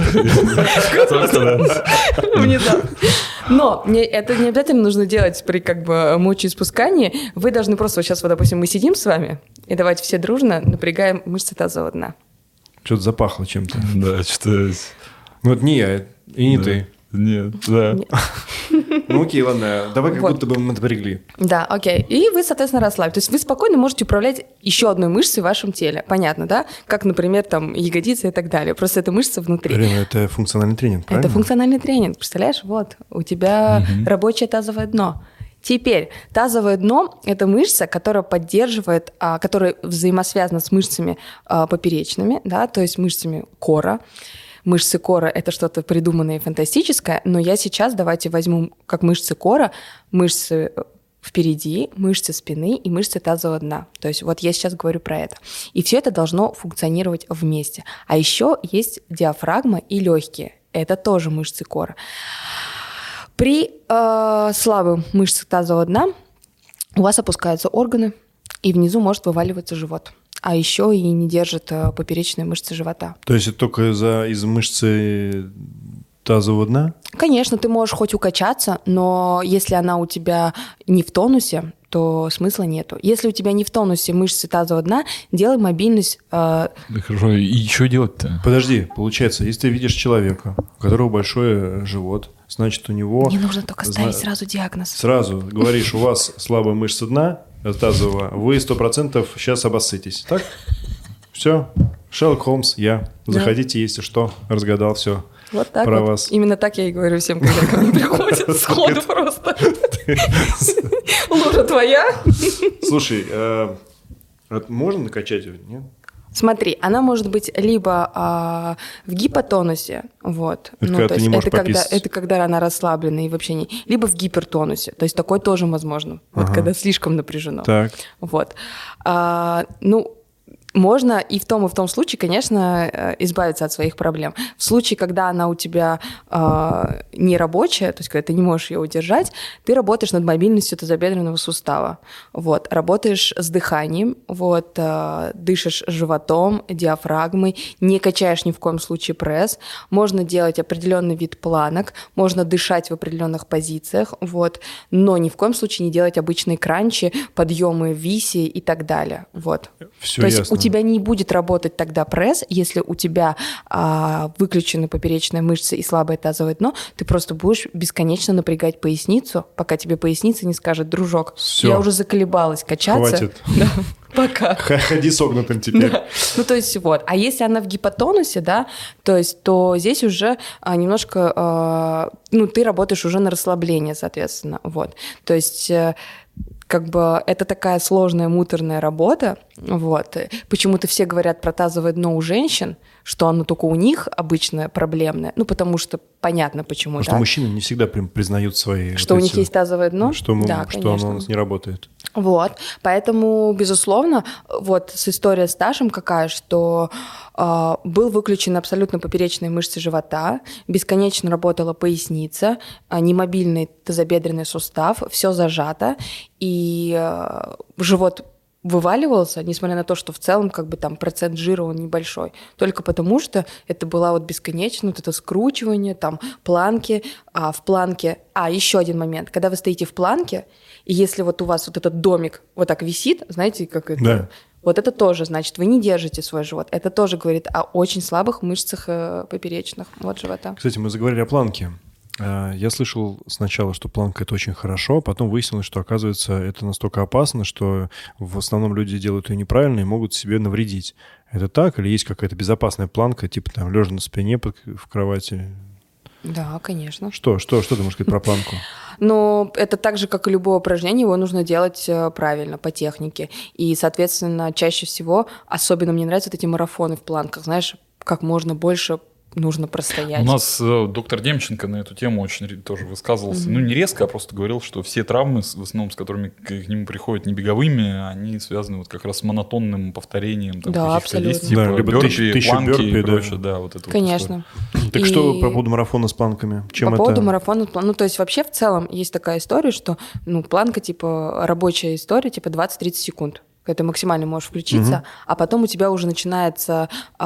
Внезапно. Но это не обязательно нужно делать при как бы мочеиспускании. Вы должны просто, вот сейчас, вот, допустим, мы сидим с вами, и давайте все дружно напрягаем мышцы тазового дна. Что-то запахло чем-то. Да, что-то... Ну вот не я, и не да. ты. Нет, да. Нет. Ну окей, ладно, давай как Вот. будто бы мы напрягли. Да, окей. И вы, соответственно, расслабились. То есть вы спокойно можете управлять еще одной мышцей в вашем теле. Понятно, да? Как, например, там ягодицы и так далее. Просто это мышца внутри. Блин, это функциональный тренинг, правильно? Это функциональный тренинг, представляешь? Вот, у тебя угу. рабочее тазовое дно. Теперь, тазовое дно – это мышца, которая поддерживает, которая взаимосвязана с мышцами поперечными, да, то есть мышцами кора. Мышцы кора – это что-то придуманное и фантастическое, но я сейчас давайте возьму как мышцы кора, мышцы впереди, мышцы спины и мышцы тазового дна. То есть вот я сейчас говорю про это. И все это должно функционировать вместе. А еще есть диафрагма и легкие. Это тоже мышцы кора. При э, слабых мышцах тазового дна у вас опускаются органы, и внизу может вываливаться живот. А еще и не держит поперечные мышцы живота. То есть это только из-за из мышцы тазового дна? Конечно, ты можешь хоть укачаться, но если она у тебя не в тонусе, то смысла нету. Если у тебя не в тонусе мышцы тазового дна, делай мобильность. Э... Да хорошо, и что делать-то? Подожди, получается, если ты видишь человека, у которого большой живот, значит, у него... Не нужно только ставить зна... сразу диагноз. Сразу говоришь, у вас слабая мышца дна тазового, вы сто процентов сейчас обоссытесь, так? Все, Шерлок Холмс, я. Заходите, если что, разгадал все. Вот так про вот. Вас. Именно так я и говорю всем, когда ко мне приходят сходу просто. Ложа твоя. Слушай, можно накачать ее, нет? Смотри, она может быть либо а, в гипотонусе, вот. Это ну, когда то ты есть не можешь это когда, пописать. это когда она расслаблена и вообще не... Либо в гипертонусе, то есть такое тоже возможно, вот Ага. когда слишком напряжено. Так. Вот. А, ну, можно и в том, и в том случае, конечно, избавиться от своих проблем. В случае, когда она у тебя э, не рабочая, то есть когда ты не можешь ее удержать, ты работаешь над мобильностью тазобедренного сустава. Вот. Работаешь с дыханием, вот, э, дышишь животом, диафрагмой, не качаешь ни в коем случае пресс. Можно делать определенный вид планок, можно дышать в определенных позициях, вот, но ни в коем случае не делать обычные кранчи, подъемы виси и так далее. Вот. Все То ясно. есть у тебя не будет работать тогда пресс, если у тебя а, выключены поперечные мышцы и слабое тазовое дно, ты просто будешь бесконечно напрягать поясницу, пока тебе поясница не скажет: дружок, Всё. я уже заколебалась качаться. Хватит. Да, пока. Ходи согнутым теперь. Да. Ну, то есть вот. А если она в гипотонусе, да, то есть, то здесь уже а, немножко, а, ну, ты работаешь уже на расслабление, соответственно, вот. То есть... как бы это такая сложная, муторная работа. Вот. Почему-то все говорят про тазовое дно у женщин, что оно только у них обычно проблемное. Ну, потому что понятно, почему. Потому да? что мужчины не всегда прям признают свои... Что вот у них эти- есть тазовое дно? Что, мы, Да, что оно у конечно. нас не работает. Вот, поэтому, безусловно, вот с историей с Ташем какая, что э, был выключен абсолютно поперечные мышцы живота, бесконечно работала поясница, э, немобильный тазобедренный сустав, все зажато, и э, живот вываливался, несмотря на то, что в целом как бы там процент жира он небольшой, только потому что это было вот бесконечно, вот это скручивание, там планки, а в планке... А, еще один момент, когда вы стоите в планке, и если вот у вас вот этот домик вот так висит, знаете, как это... Да. Вот это тоже, значит, вы не держите свой живот. Это тоже говорит о очень слабых мышцах э, поперечных вот живота. Кстати, мы заговорили о планке. А, Я слышал сначала, что планка – это очень хорошо, а потом выяснилось, что, оказывается, это настолько опасно, что в основном люди делают ее неправильно и могут себе навредить. Это так? Или есть какая-то безопасная планка, типа там лежа на спине под, в кровати? Да, конечно. Что, что, что ты можешь сказать про планку? Но это так же, как и любое упражнение, его нужно делать э, правильно, по технике. И, соответственно, чаще всего, особенно мне нравятся вот эти марафоны в планках, знаешь, как можно больше нужно простоять. У нас э, доктор Демченко на эту тему очень ре- тоже высказывался. Mm-hmm. Ну, не резко, а просто говорил, что все травмы, в основном, с которыми к, к нему приходят не беговыми, они связаны вот как раз с монотонным повторением. Там, Да, каких-то абсолютно. действий, типа Да, либо бёрпи, тысяча- тысяча планки бёрпи, и да. прочее. Да, вот это вот Конечно. Так И что по поводу марафона с планками? Чем по это? поводу марафона, ну, то есть вообще в целом есть такая история, что, ну, планка, типа, рабочая история, типа двадцать-тридцать секунд. Когда ты максимально можешь включиться, угу. а потом у тебя уже начинается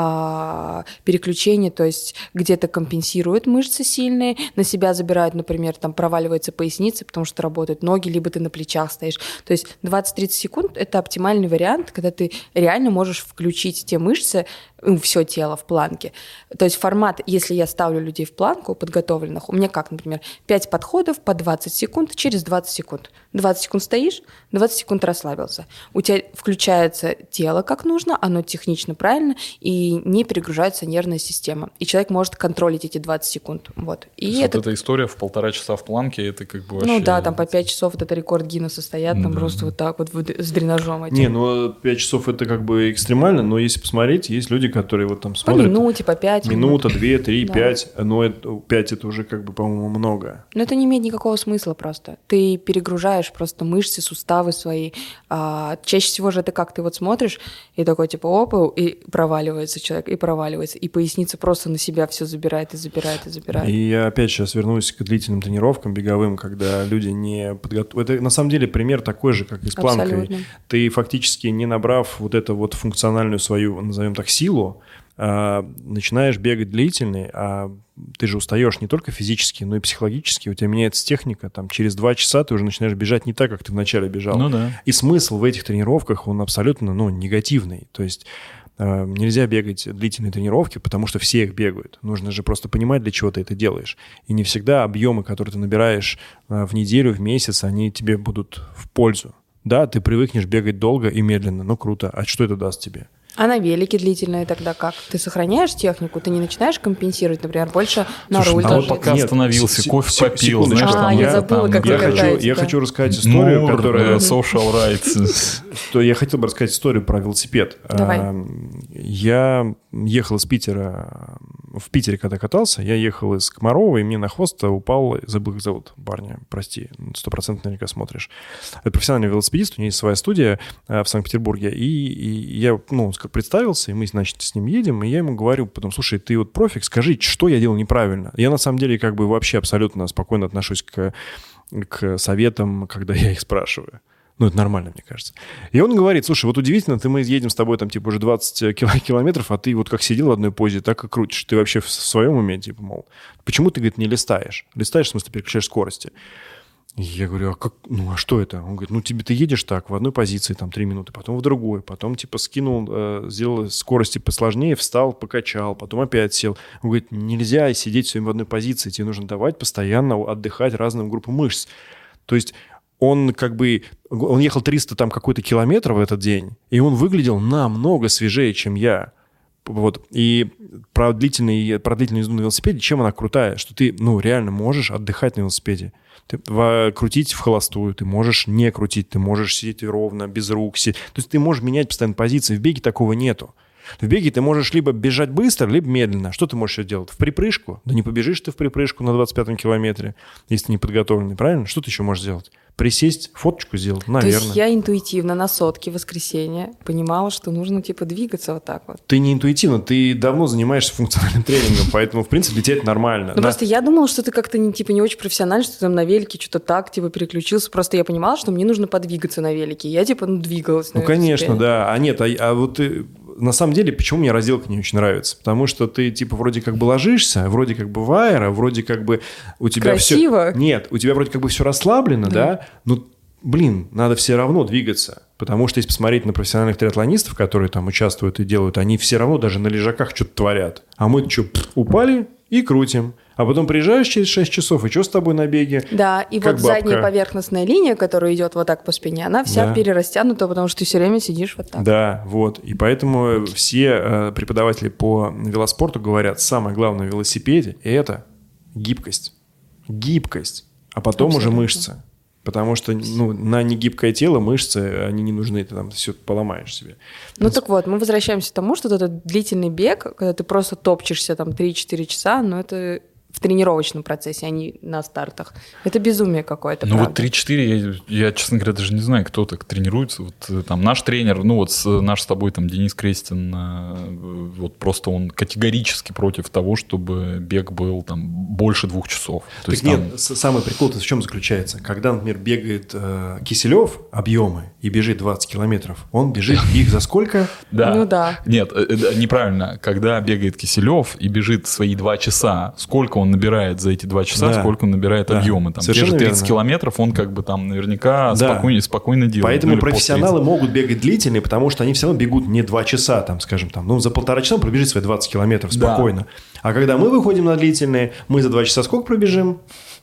а, переключение, то есть где-то компенсируют мышцы сильные, на себя забирают, например, там проваливается поясница, потому что работают ноги, либо ты на плечах стоишь. То есть двадцать-тридцать секунд – это оптимальный вариант, когда ты реально можешь включить те мышцы, ну, все тело в планке. То есть формат, если я ставлю людей в планку подготовленных, у меня как, например, пять подходов по двадцать секунд через двадцать секунд. двадцать секунд стоишь, двадцать секунд расслабился. У тебя включается тело как нужно, оно технично правильно, и не перегружается нервная система. И человек может контролить эти двадцать секунд. Вот. И это... это... вот эта история в полтора часа в планке, это как бы вообще... Ну да, там по пять часов вот это рекорд Гиннесса стоят, там да. просто вот так вот с дренажом этим. Не, ну пять часов это как бы экстремально, но если посмотреть, есть люди, которые вот там смотрят... По минуте, по пять. Минута, две, три, Да. пять, но это, пять это уже как бы, по-моему, много. Но это не имеет никакого смысла просто. Ты перегружаешь просто мышцы, суставы свои. А, чаще всего же это как? Ты вот смотришь, и такой типа опа, и проваливается человек, и проваливается, и поясница просто на себя все забирает, и забирает, и забирает. И я опять сейчас вернусь к длительным тренировкам беговым, когда люди не подготовлены. Это на самом деле пример такой же, как и с планкой. Абсолютно. Ты фактически, не набрав вот эту вот функциональную свою, назовем так, силу, начинаешь бегать длительный, а ты же устаешь не только физически, но и психологически. У тебя меняется техника. Там, через два часа ты уже начинаешь бежать не так, как ты вначале бежал. Ну, да. И смысл в этих тренировках, он абсолютно ну, негативный. То есть э, нельзя бегать длительные тренировки, потому что все их бегают. Нужно же просто понимать, для чего ты это делаешь. И не всегда объемы, которые ты набираешь э, в неделю, в месяц, они тебе будут в пользу. Да, ты привыкнешь бегать долго и медленно, ну круто. А что это даст тебе? А на велике длительные тогда как? Ты сохраняешь технику? Ты не начинаешь компенсировать, например, больше на Слушай, руль? А вот пока нет, остановился, с- кофе с- попил, знаешь, а, там... я забыла, как я вы хочу, катаете, я да. хочу рассказать историю, More, которая... Social rights. То я хотел бы рассказать историю про велосипед. Давай. Я ехал из Питера... В Питере, когда катался, я ехал из Комарова, и мне на хвост упал... Забыл, как зовут парня, прости, сто процентов наверняка смотришь. Это профессиональный велосипедист, у него есть своя студия в Санкт-Петербурге, и, и я, ну, представился, и мы, значит, с ним едем, и я ему говорю потом, слушай, ты вот профик, скажи, что я делал неправильно. Я, на самом деле, как бы вообще абсолютно спокойно отношусь к, к советам, когда я их спрашиваю. Ну, это нормально, мне кажется. И он говорит, слушай, вот удивительно, ты мы едем с тобой там, типа, уже двадцать километров, а ты вот как сидел в одной позе, так и крутишь. Ты вообще в своем уме, типа, мол, почему ты, говорит, не листаешь? Листаешь, в смысле, переключаешь скорости. И я говорю, а как, ну, а что это? Он говорит, ну, тебе ты едешь так, в одной позиции, там, три минуты, потом в другой, потом, типа, скинул, э, сделал скорости посложнее, встал, покачал, потом опять сел. Он говорит, нельзя сидеть все время в одной позиции, тебе нужно давать постоянно отдыхать разным группам мышц. То есть он как бы, он ехал триста там какой-то километр в этот день, и он выглядел намного свежее, чем я. Вот. И про длительный, про длительную езду на велосипеде, чем она крутая? Что ты, ну, реально можешь отдыхать на велосипеде. Ты, в, крутить в холостую, ты можешь не крутить, ты можешь сидеть ровно, без рук. Сидеть. То есть ты можешь менять постоянно позиции. В беге такого нету. В беге ты можешь либо бежать быстро, либо медленно. Что ты можешь делать? В припрыжку? Да не побежишь ты в припрыжку на двадцать пятом километре, если ты не подготовленный, правильно? Что ты еще можешь сделать? Присесть, фоточку сделать, наверное. То есть я интуитивно на сотке в воскресенье понимала, что нужно типа двигаться вот так вот. Ты не интуитивно, ты давно занимаешься функциональным тренингом, поэтому, в принципе, для тебя это нормально. Ну, просто я думала, что ты как-то не, типа, не очень профессионально, что ты там на велике что-то так, типа, переключился. Просто я понимала, что мне нужно подвигаться на велике. Я, типа, ну, двигалась. Ну, конечно, да. А нет, а, а вот ты... На самом деле, почему мне разделка не очень нравится? Потому что ты, типа, вроде как бы ложишься, вроде как бы в аэро, вроде как бы у тебя Красиво. все... Нет, у тебя вроде как бы все расслаблено, да? да? Но, блин, надо все равно двигаться. Потому что если посмотреть на профессиональных триатлонистов, которые там участвуют и делают, они все равно даже на лежаках что-то творят. А мы что, упали и крутим. А потом приезжаешь через шесть часов, и что с тобой на беге? Да, и вот бабка. Задняя поверхностная линия, которая идет вот так по спине, она вся да. перерастянута, потому что ты все время сидишь вот так. Да, вот. И поэтому все э, преподаватели по велоспорту говорят, самое главное в велосипеде – это гибкость. Гибкость. А потом Абсолютно. Уже мышцы. Потому что ну, на негибкое тело мышцы, они не нужны, ты там все поломаешь себе. Ну так вот, мы возвращаемся к тому, что этот длительный бег, когда ты просто топчешься там три-четыре часа, но это в тренировочном процессе, а не на стартах. Это безумие какое-то, Ну правда. вот три-четыре, я, я, честно говоря, даже не знаю, кто так тренируется. Вот там наш тренер, ну вот с, наш с тобой там Денис Крестин, вот просто он категорически против того, чтобы бег был там больше двух часов. То так есть, нет, там... самый прикол-то в чем заключается? Когда, например, бегает э, Киселев объемы и бежит двадцать километров, он бежит их за сколько? Да. Ну да. Нет, неправильно. Когда бегает Киселев и бежит свои два часа, сколько он набирает за эти два часа, да. сколько он набирает да. объемы. Там, те же тридцать верно. Километров он как бы там наверняка да. спокойно, спокойно делает. Поэтому ну, профессионалы могут бегать длительные, потому что они все равно бегут не два часа, там, скажем, там, ну, за полтора часа он пробежит свои двадцать километров спокойно. Да. А когда мы выходим на длительные, мы за два часа сколько пробежим?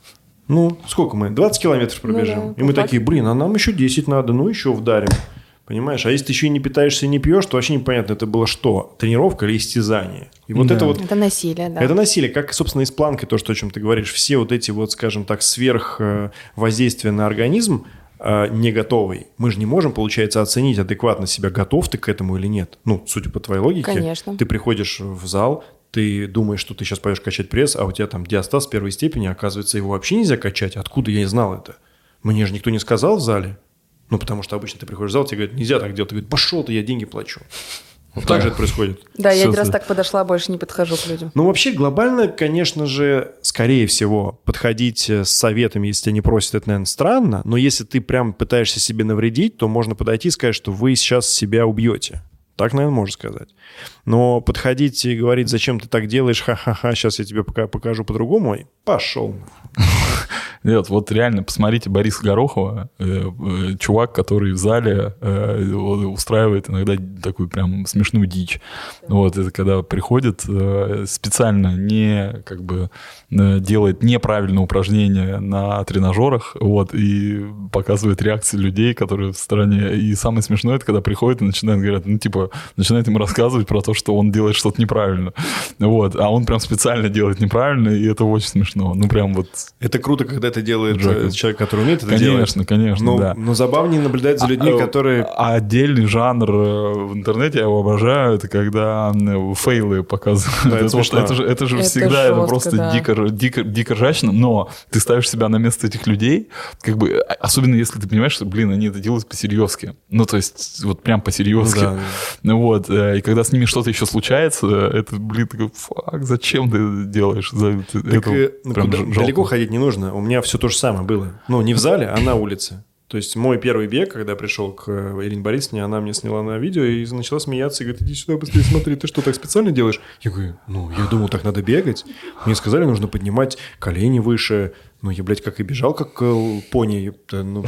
Ну, сколько мы? двадцать километров пробежим. Ну, да, и мы так. Такие, блин, а нам еще десять надо, ну, еще вдарим. Понимаешь? А если ты еще и не питаешься и не пьешь, то вообще непонятно, это было что? Тренировка или истязание? И вот да. это вот... Это насилие, да. Это насилие, как, собственно, и с планкой, то, что, о чем ты говоришь. Все вот эти вот, скажем так, сверхвоздействия на организм не готовый. Мы же не можем, получается, оценить адекватно себя, готов ты к этому или нет. Ну, судя по твоей логике. Конечно. Ты приходишь в зал, ты думаешь, что ты сейчас пойдешь качать пресс, а у тебя там диастаз первой степени, оказывается, его вообще нельзя качать. Откуда я не знал это? Мне же никто не сказал в зале. Ну, потому что обычно ты приходишь в зал, тебе говорят, нельзя так делать. Ты говоришь, пошел ты, я деньги плачу. Вот так же это происходит. Да, я один раз так подошла, больше не подхожу к людям. Ну, вообще, глобально, конечно же, скорее всего, подходить с советами, если тебя не просят, это, наверное, странно. Но если ты прям пытаешься себе навредить, то можно подойти и сказать, что вы сейчас себя убьете. Так, наверное, можно сказать. Но подходить и говорить, зачем ты так делаешь, ха-ха-ха, сейчас я тебе пока покажу по-другому, и пошел. Нет, вот реально, посмотрите Бориса Горохова, э, э, чувак, который в зале э, устраивает иногда такую прям смешную дичь. Вот, это когда приходит, э, специально не, как бы, э, делает неправильное упражнение на тренажерах, вот, и показывает реакции людей, которые в стороне. И самое смешное, это когда приходит и начинает говорить, ну, типа, начинает ему рассказывать про то, что он делает что-то неправильно. Вот, а он прям специально делает неправильно, и это очень смешно. Ну, прям вот... Это круто, когда это делает Джек. Человек, который умеет это конечно, делать. Конечно, конечно, но, да. Но забавнее наблюдать за людьми, а, которые... А отдельный жанр в интернете, я его обожаю, это когда фейлы показывают. Да, это, это, это же, это же это всегда жестко, это просто да. дико, дико, дико ржачно, но ты ставишь себя на место этих людей, как бы, особенно если ты понимаешь, что, блин, они это делают по-серьезки. Ну, то есть, вот прям по-серьезки. Да. Ну, вот, и когда с ними что-то еще случается, это, блин, такой, фак, зачем ты это делаешь? Так, это ну, прям куда, далеко ходить не нужно. У меня все то же самое было. Ну, не в зале, а на улице. То есть мой первый бег, когда пришел к Ирине Борисовне, она мне сняла на видео и начала смеяться и говорит, иди сюда быстрее, смотри, ты что, так специально делаешь? Я говорю, ну, я думал, так надо бегать. Мне сказали, нужно поднимать колени выше. Ну, я, блядь, как и бежал, как пони. Ну.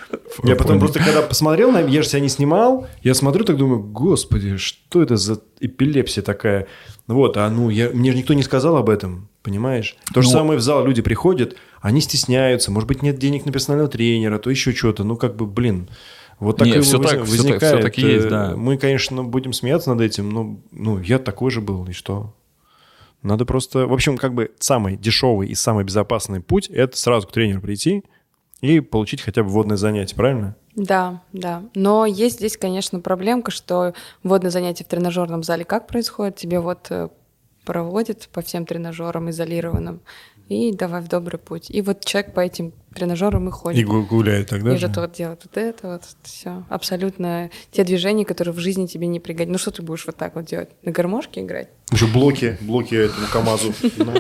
Я потом просто, когда посмотрел, я же себя не снимал, я смотрю, так думаю, господи, что это за эпилепсия такая? Вот, а ну, я, мне же никто не сказал об этом, понимаешь? То же ну, самое в зал люди приходят, они стесняются, может быть, нет денег на персонального тренера, то еще что-то, ну, как бы, блин, вот так нет, и все воз, так, возникает. Все так, все так и есть, да. Мы, конечно, будем смеяться над этим, но ну, я такой же был, и что? Надо просто... В общем, как бы самый дешевый и самый безопасный путь – это сразу к тренеру прийти и получить хотя бы вводное занятие, правильно? Да, да. Но есть здесь, конечно, проблемка, что вводное занятие в тренажерном зале как происходит? Тебе вот проводят по всем тренажерам изолированным и давай в добрый путь. И вот человек по этим тренажерам и ходит. И гуляет тогда и же? И вот делает вот это, вот все. Абсолютно те движения, которые в жизни тебе не пригодятся. Ну что ты будешь вот так вот делать? На гармошке играть? Еще блоки, блоки этому КамАЗу.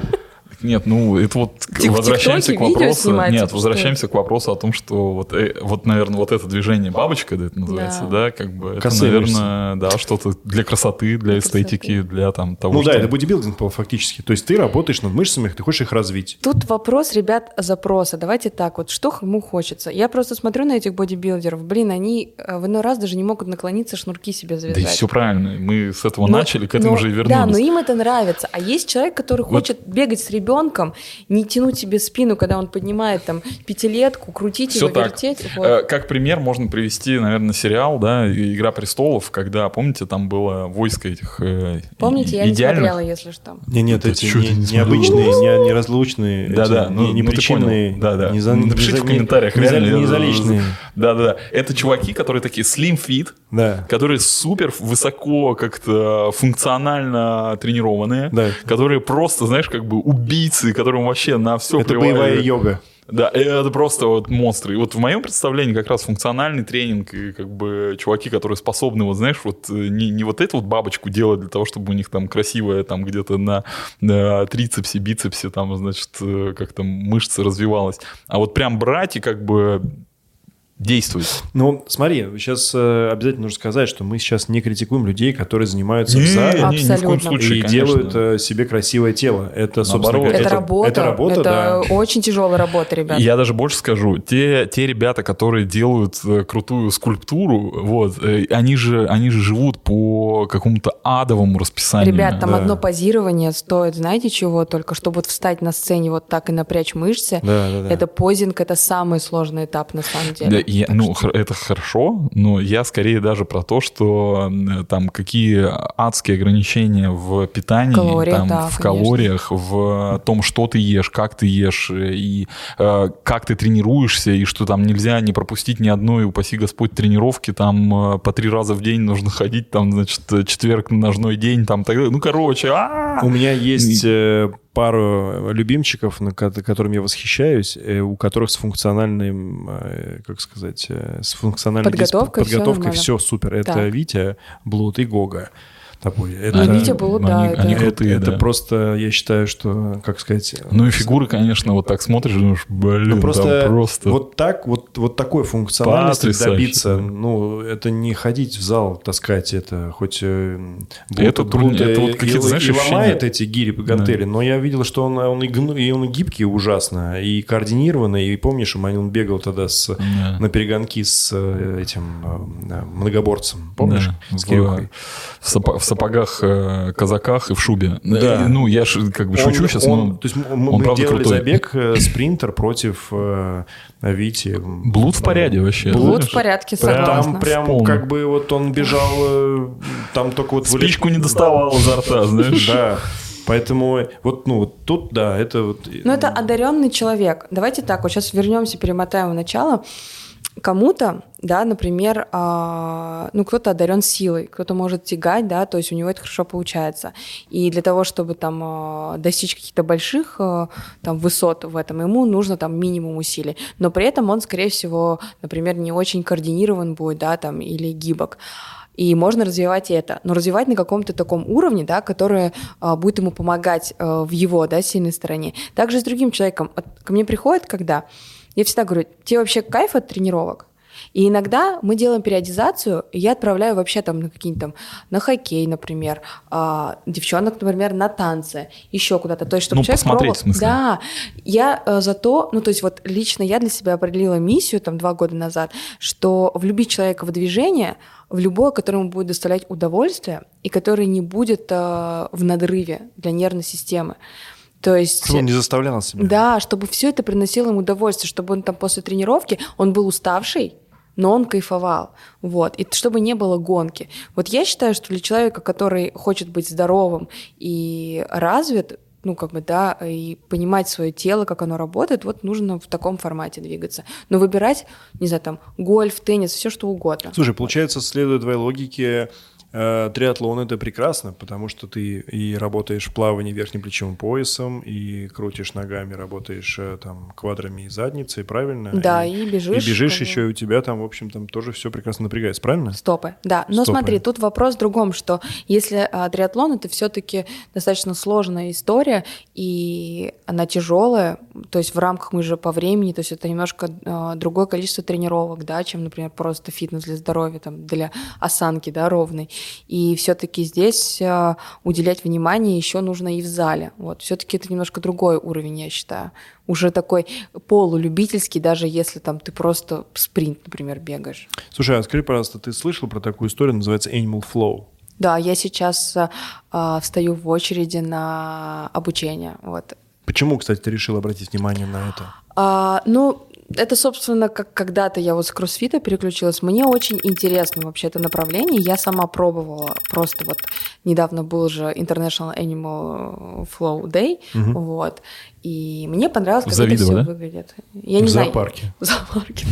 Нет, ну это вот типа возвращаемся к вопросу. Нет, возвращаемся к вопросу о том, что вот, э, вот, наверное, вот это движение бабочка, да, это называется, да, да как бы это, наверное, да, что-то для красоты, для, для эстетики, красоты. Для там того, ну, что... Ну да, это бодибилдинг фактически. То есть ты работаешь над мышцами, ты хочешь их развить. Тут вопрос, ребят, запроса. Давайте так вот, что ему хочется. Я просто смотрю на этих бодибилдеров, блин, они в иной раз даже не могут наклониться, шнурки себе завязать. Да и все правильно. Мы с этого но, начали, к этому но, же и вернулись. Да, но им это нравится. А есть человек, который вот. хочет бегать с ребенком, не тянуть себе спину, когда он поднимает там пятилетку, крутить Все его, так. вертеть. Вот. Как пример можно привести, наверное, сериал, да, «Игра престолов», когда, помните, там было войско этих Помните, я идеальных... не смотрела, если что. Нет, нет, эти не, необычные, не, неразлучные, да, эти, да, ну, не, не ну, причинные, да, да. Не за, напишите не, в комментариях, не, реально. Не заличные. Да, да, да. Это чуваки, которые такие slim fit, да. которые супер высоко как-то функционально тренированные, да. которые просто, знаешь, как бы убийцы, которым вообще на все это плевали. Боевая йога. Да, это просто вот монстры. И вот в моем представлении как раз функциональный тренинг и как бы чуваки, которые способны, вот знаешь, вот не, не вот эту вот бабочку делать для того, чтобы у них там красивая там где-то на, на трицепсе, бицепсе там, значит, как-то мышцы развивалась, а вот прям брать и как бы... действует. Ну, смотри, сейчас э, обязательно нужно сказать, что мы сейчас не критикуем людей, которые занимаются не, в зале не, ни в коем случае, и конечно. делают э, себе красивое тело. Это, собственно говоря, это, это работа. Это работа, это да. очень тяжелая работа, ребята. Я даже больше скажу. Те, те ребята, которые делают крутую скульптуру, вот, они же, они же живут по какому-то адовому расписанию. Ребят, там да. одно позирование стоит, знаете чего? Только чтобы вот встать на сцене вот так и напрячь мышцы. Да, да, да. Это позинг, это самый сложный этап на самом деле. Да, я, ну, что... это хорошо, но я скорее даже про то, что там какие адские ограничения в питании, Калории, там, да, в конечно. калориях, в том, что ты ешь, как ты ешь, и э, как ты тренируешься, и что там нельзя не пропустить ни одной, упаси Господь, тренировки, там э, по три раза в день нужно ходить, там, значит, четверг, ножной день, там, так далее. Ну, короче, а-а-а! У меня есть... Э... пару любимчиков, которыми я восхищаюсь, у которых с функциональным, как сказать, с функциональной подготовкой, подготовкой все, все супер. Это так. Витя, Блуд и Гога. Тобой. Это, это, Витя Блуд, да. Они, это, они крутые, это да. просто, я считаю, что, как сказать... Ну и фигуры, конечно, вот так смотришь, думаешь, блин, ну, просто, там просто... Вот так, вот, вот такой функциональности Потрясающе, добиться, да. ну, это не ходить в зал, таскать это, хоть... Блуд, это Блуд, это и, вот какие-то, и, знаешь, и ломает ощущения. эти гири по гантели, да. Но я видел, что он, он, и, гну, и он и гибкий ужасно, и координированный, и помнишь, он бегал тогда с, да. на перегонки с этим многоборцем, помнишь? Да. С Кирюхой. В, сапо- в сапогах, э, казаках и в шубе. Да. Ну, я ж, как бы шучу он, сейчас, он, но то есть мы, он мы правда делали крутой. забег э, спринтер против э, Вити. Блуд в порядке вообще. Блуд знаешь? в порядке, Прям, согласна. Там прям Полно. как бы вот он бежал, э, там только вот... Спичку не доставал изо рта, знаешь. Да. Поэтому вот, ну, вот тут, да, это вот... Ну, это одаренный человек. Давайте так, вот сейчас вернемся, перемотаем в начало. Кому-то, да, например, э, ну, кто-то одарен силой, кто-то может тягать, да, то есть у него это хорошо получается. И для того, чтобы там э, достичь каких-то больших э, там высот в этом, ему нужно там минимум усилий. Но при этом он, скорее всего, например, не очень координирован будет, да, там, или гибок. И можно развивать это, но развивать на каком-то таком уровне, да, который а, будет ему помогать а, в его, да, сильной стороне. Также с другим человеком. Ко мне приходит, когда... Я всегда говорю, тебе вообще кайф от тренировок? И иногда мы делаем периодизацию, и я отправляю вообще там на какие-нибудь там, на хоккей, например, а, девчонок, например, на танцы, еще куда-то. То есть, чтобы ну, человек посмотреть, пробовал. в смысле. Да, я а, зато, ну, то есть вот лично я для себя определила миссию там два года назад, что влюбить человека в движение, в любое, которое ему будет доставлять удовольствие, и которое не будет а, в надрыве для нервной системы. То есть, чтобы он не заставлял себя. Да, чтобы все это приносило ему удовольствие, чтобы он там после тренировки, он был уставший, но он кайфовал. Вот. И чтобы не было гонки. Вот я считаю, что для человека, который хочет быть здоровым и развит, ну, как бы, да, и понимать свое тело, как оно работает, вот нужно в таком формате двигаться. Но выбирать, не знаю, там, гольф, теннис, все что угодно. Слушай, получается, следуя твоей логике, триатлон – это прекрасно, потому что ты и работаешь в плавании верхним плечевым поясом, и крутишь ногами, работаешь там квадрами и задницей, правильно? Да, и, и бежишь. И бежишь еще, и у тебя там, в общем, там тоже все прекрасно напрягается, правильно? Стопы, да. Но Стопы. Смотри, тут вопрос в другом, что если а, триатлон – это все-таки достаточно сложная история, и она тяжелая, то есть в рамках мы же по времени, то есть это немножко а, другое количество тренировок, да, чем, например, просто фитнес для здоровья, там, для осанки, да, ровной. И все-таки здесь э, уделять внимание еще нужно и в зале. Вот. Все-таки это немножко другой уровень, я считаю. Уже такой полулюбительский, даже если там ты просто спринт, например, бегаешь. Слушай, а скажи, пожалуйста, ты слышал про такую историю, называется Animal Flow? Да, я сейчас э, встаю в очереди на обучение. Вот. Почему, кстати, ты решил обратить внимание на это? А, ну, это, собственно, как когда-то я вот с кроссфита переключилась. Мне очень интересно вообще это направление. Я сама пробовала. Просто вот недавно был же International Animal Flow Day. Угу. Вот. И мне понравилось, как Завидово, это все да? выглядит. Я не в знаю. зоопарке. В зоопарке.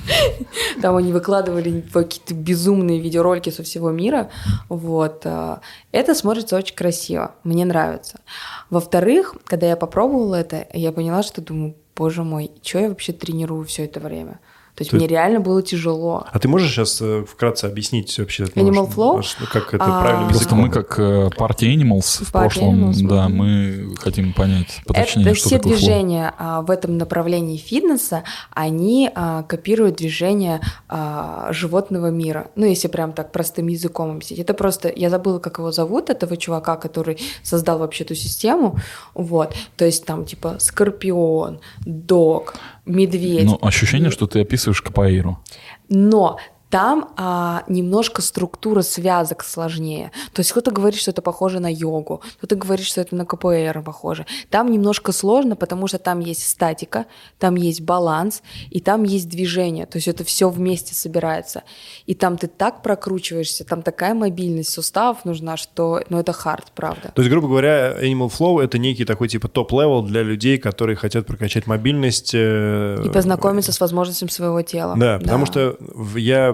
Там они выкладывали какие-то безумные видеоролики со всего мира. Вот. Это смотрится очень красиво. Мне нравится. Во-вторых, когда я попробовала это, я поняла, что думаю, боже мой, что я вообще тренирую все это время? То есть То мне есть... реально было тяжело. А ты можешь сейчас э, вкратце объяснить вообще? Animal Flow? Как это а... правильно Просто мы как э, Party Animals в прошлом, Animals, да, мы хотим понять поточнее, это что все такое движения а, в этом направлении фитнеса, они а, копируют движения а, животного мира. Ну, если прям так простым языком объяснить. Это просто, я забыла, как его зовут, этого чувака, который создал вообще эту систему. Вот. То есть там типа скорпион, дог, медведь. Ну, ощущение, что ты описываешь капоэйру. Но там а, немножко структура связок сложнее. То есть кто-то говорит, что это похоже на йогу, кто-то говорит, что это на КПР похоже. Там немножко сложно, потому что там есть статика, там есть баланс, и там есть движение. То есть это все вместе собирается. И там ты так прокручиваешься, там такая мобильность суставов нужна, что ну, это хард, правда. То есть, грубо говоря, Animal Flow — это некий такой типа топ-левел для людей, которые хотят прокачать мобильность. И познакомиться с возможностями своего тела. Да, потому да. что я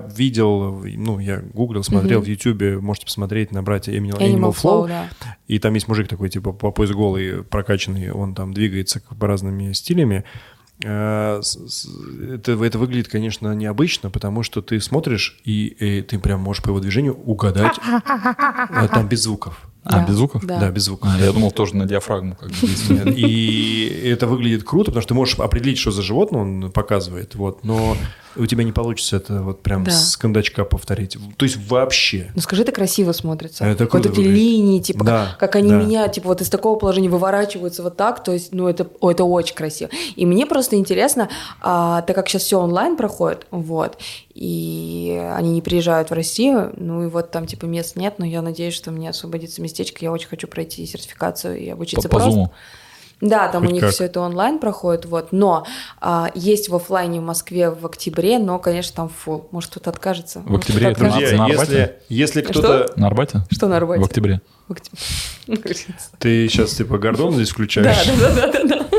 видел, ну, я гуглил, смотрел mm-hmm. в Ютубе, можете посмотреть, набрать Animal, Animal, Animal Flow, Flow да. И там есть мужик такой, типа, по пояс голый, прокачанный, он там двигается по разными стилями. Это, это выглядит, конечно, необычно, потому что ты смотришь, и, и ты прям можешь по его движению угадать, там без звуков. А, да, без звуков? Да, да без звуков. А, я думал, тоже на диафрагму как бы действует. И это выглядит круто, потому что ты можешь определить, что за животное он показывает, вот, но у тебя не получится это вот прям да. с кондачка повторить. То есть вообще. Ну скажи, это красиво смотрится. Это вот эти выглядит. линии, типа, да, как, как они да. меняют, типа, вот из такого положения выворачиваются вот так, то есть, ну, это, о, это очень красиво. И мне просто интересно, а, так как сейчас все онлайн проходит, вот, и они не приезжают в Россию, ну, и вот там, типа, мест нет, но я надеюсь, что мне освободится местечко, я очень хочу пройти сертификацию и обучиться по, по просто. Zoom. Да, там Хоть у них как. все это онлайн проходит, вот, но а, есть в офлайне в Москве в октябре, но, конечно, там фулл. Может, кто-то откажется. В октябре это Друзья, на если, Арбате? если кто-то... Что? На Арбате? Что на Арбате? В октябре. В октябре. Ты сейчас, типа, Гордон здесь включаешь? Да, да, да, да.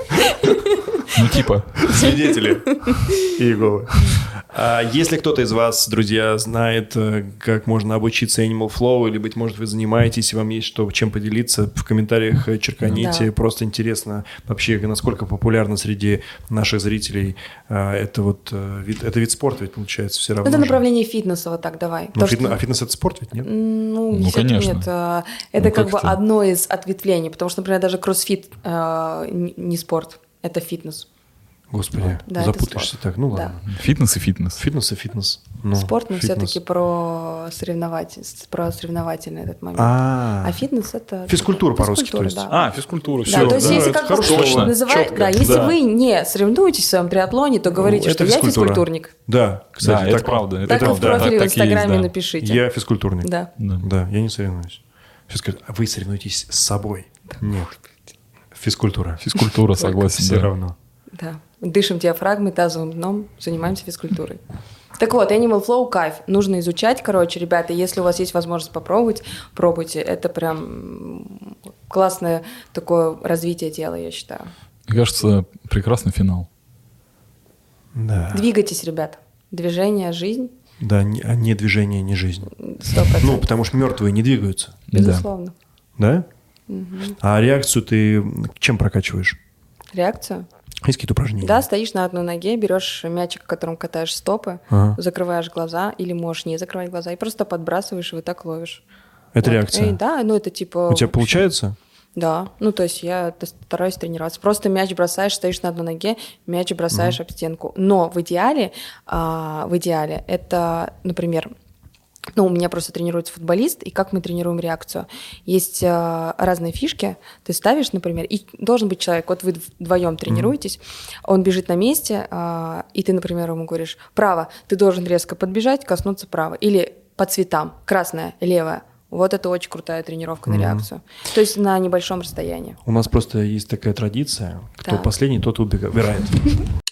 Ну, типа. Свидетели Иеговы. А если кто-то из вас, друзья, знает, как можно обучиться Animal Flow, или, быть может, вы занимаетесь, и вам есть что, чем поделиться, в комментариях черканите. Да. Просто интересно вообще, насколько популярно среди наших зрителей это вот вид, это вид спорта ведь получается все равно. Это же. Направление фитнеса, вот так, давай. Ну, То, фитнес, что... А фитнес – это спорт ведь, нет? Ну, ну конечно. Нет. Это ну, как, как бы это? одно из ответвлений, потому что, например, даже кроссфит э, не спорт, это фитнес. Господи, да, запутаешься так, ну ладно. Да. Фитнес и фитнес. Фитнес и фитнес. Ну, спорт, но фитнес. все-таки про, соревнователь, про соревновательный этот момент. А, а фитнес это... Физкультура по-русски, то есть. Да. А, физкультура, все. Да, то есть да, если это как хорошо, бы называть, да, если да. вы не соревнуетесь в своем триатлоне, то говорите, Ну, что это я физкультура. физкультурник. Да, кстати, да, так, это правда. Так это и в правда. профиле Так в Инстаграме есть, да. напишите. Я физкультурник. Да. Да. Да, я не соревнуюсь. Все скажут, а вы соревнуетесь с собой? Нет. Физкультура. Физкультура, согласен. Все да. равно. Да. Дышим диафрагмой, тазовым дном, занимаемся физкультурой. Так вот, Animal Flow кайф. Нужно изучать, короче, ребята, если у вас есть возможность попробовать, пробуйте. Это прям классное такое развитие тела, я считаю. Мне кажется, прекрасный финал. Да. Двигайтесь, ребят. Движение, жизнь. Да, не, а не движение, не жизнь. сто процентов. Ну, потому что мертвые не двигаются. Безусловно. Да? Угу. А реакцию ты чем прокачиваешь? Реакцию? Есть какие-то упражнения? Да, стоишь на одной ноге, берешь мячик, которым катаешь стопы, ага. закрываешь глаза, или можешь не закрывать глаза, и просто подбрасываешь, и вот так ловишь. Это вот. реакция? И, да, ну это типа... У тебя получается? Да, ну то есть я стараюсь тренироваться. Просто мяч бросаешь, стоишь на одной ноге, мяч бросаешь mm-hmm. об стенку. Но в идеале, а, в идеале это, например, ну у меня просто тренируется футболист, и как мы тренируем реакцию. Есть а, разные фишки. Ты ставишь, например, и должен быть человек, вот вы вдвоем тренируетесь, mm-hmm. он бежит на месте, а, и ты, например, ему говоришь, право, ты должен резко подбежать, коснуться права. Или по цветам, красное, левое. Вот это очень крутая тренировка на реакцию. Mm-hmm. То есть на небольшом расстоянии. У нас просто есть такая традиция, кто да. последний, тот убегает.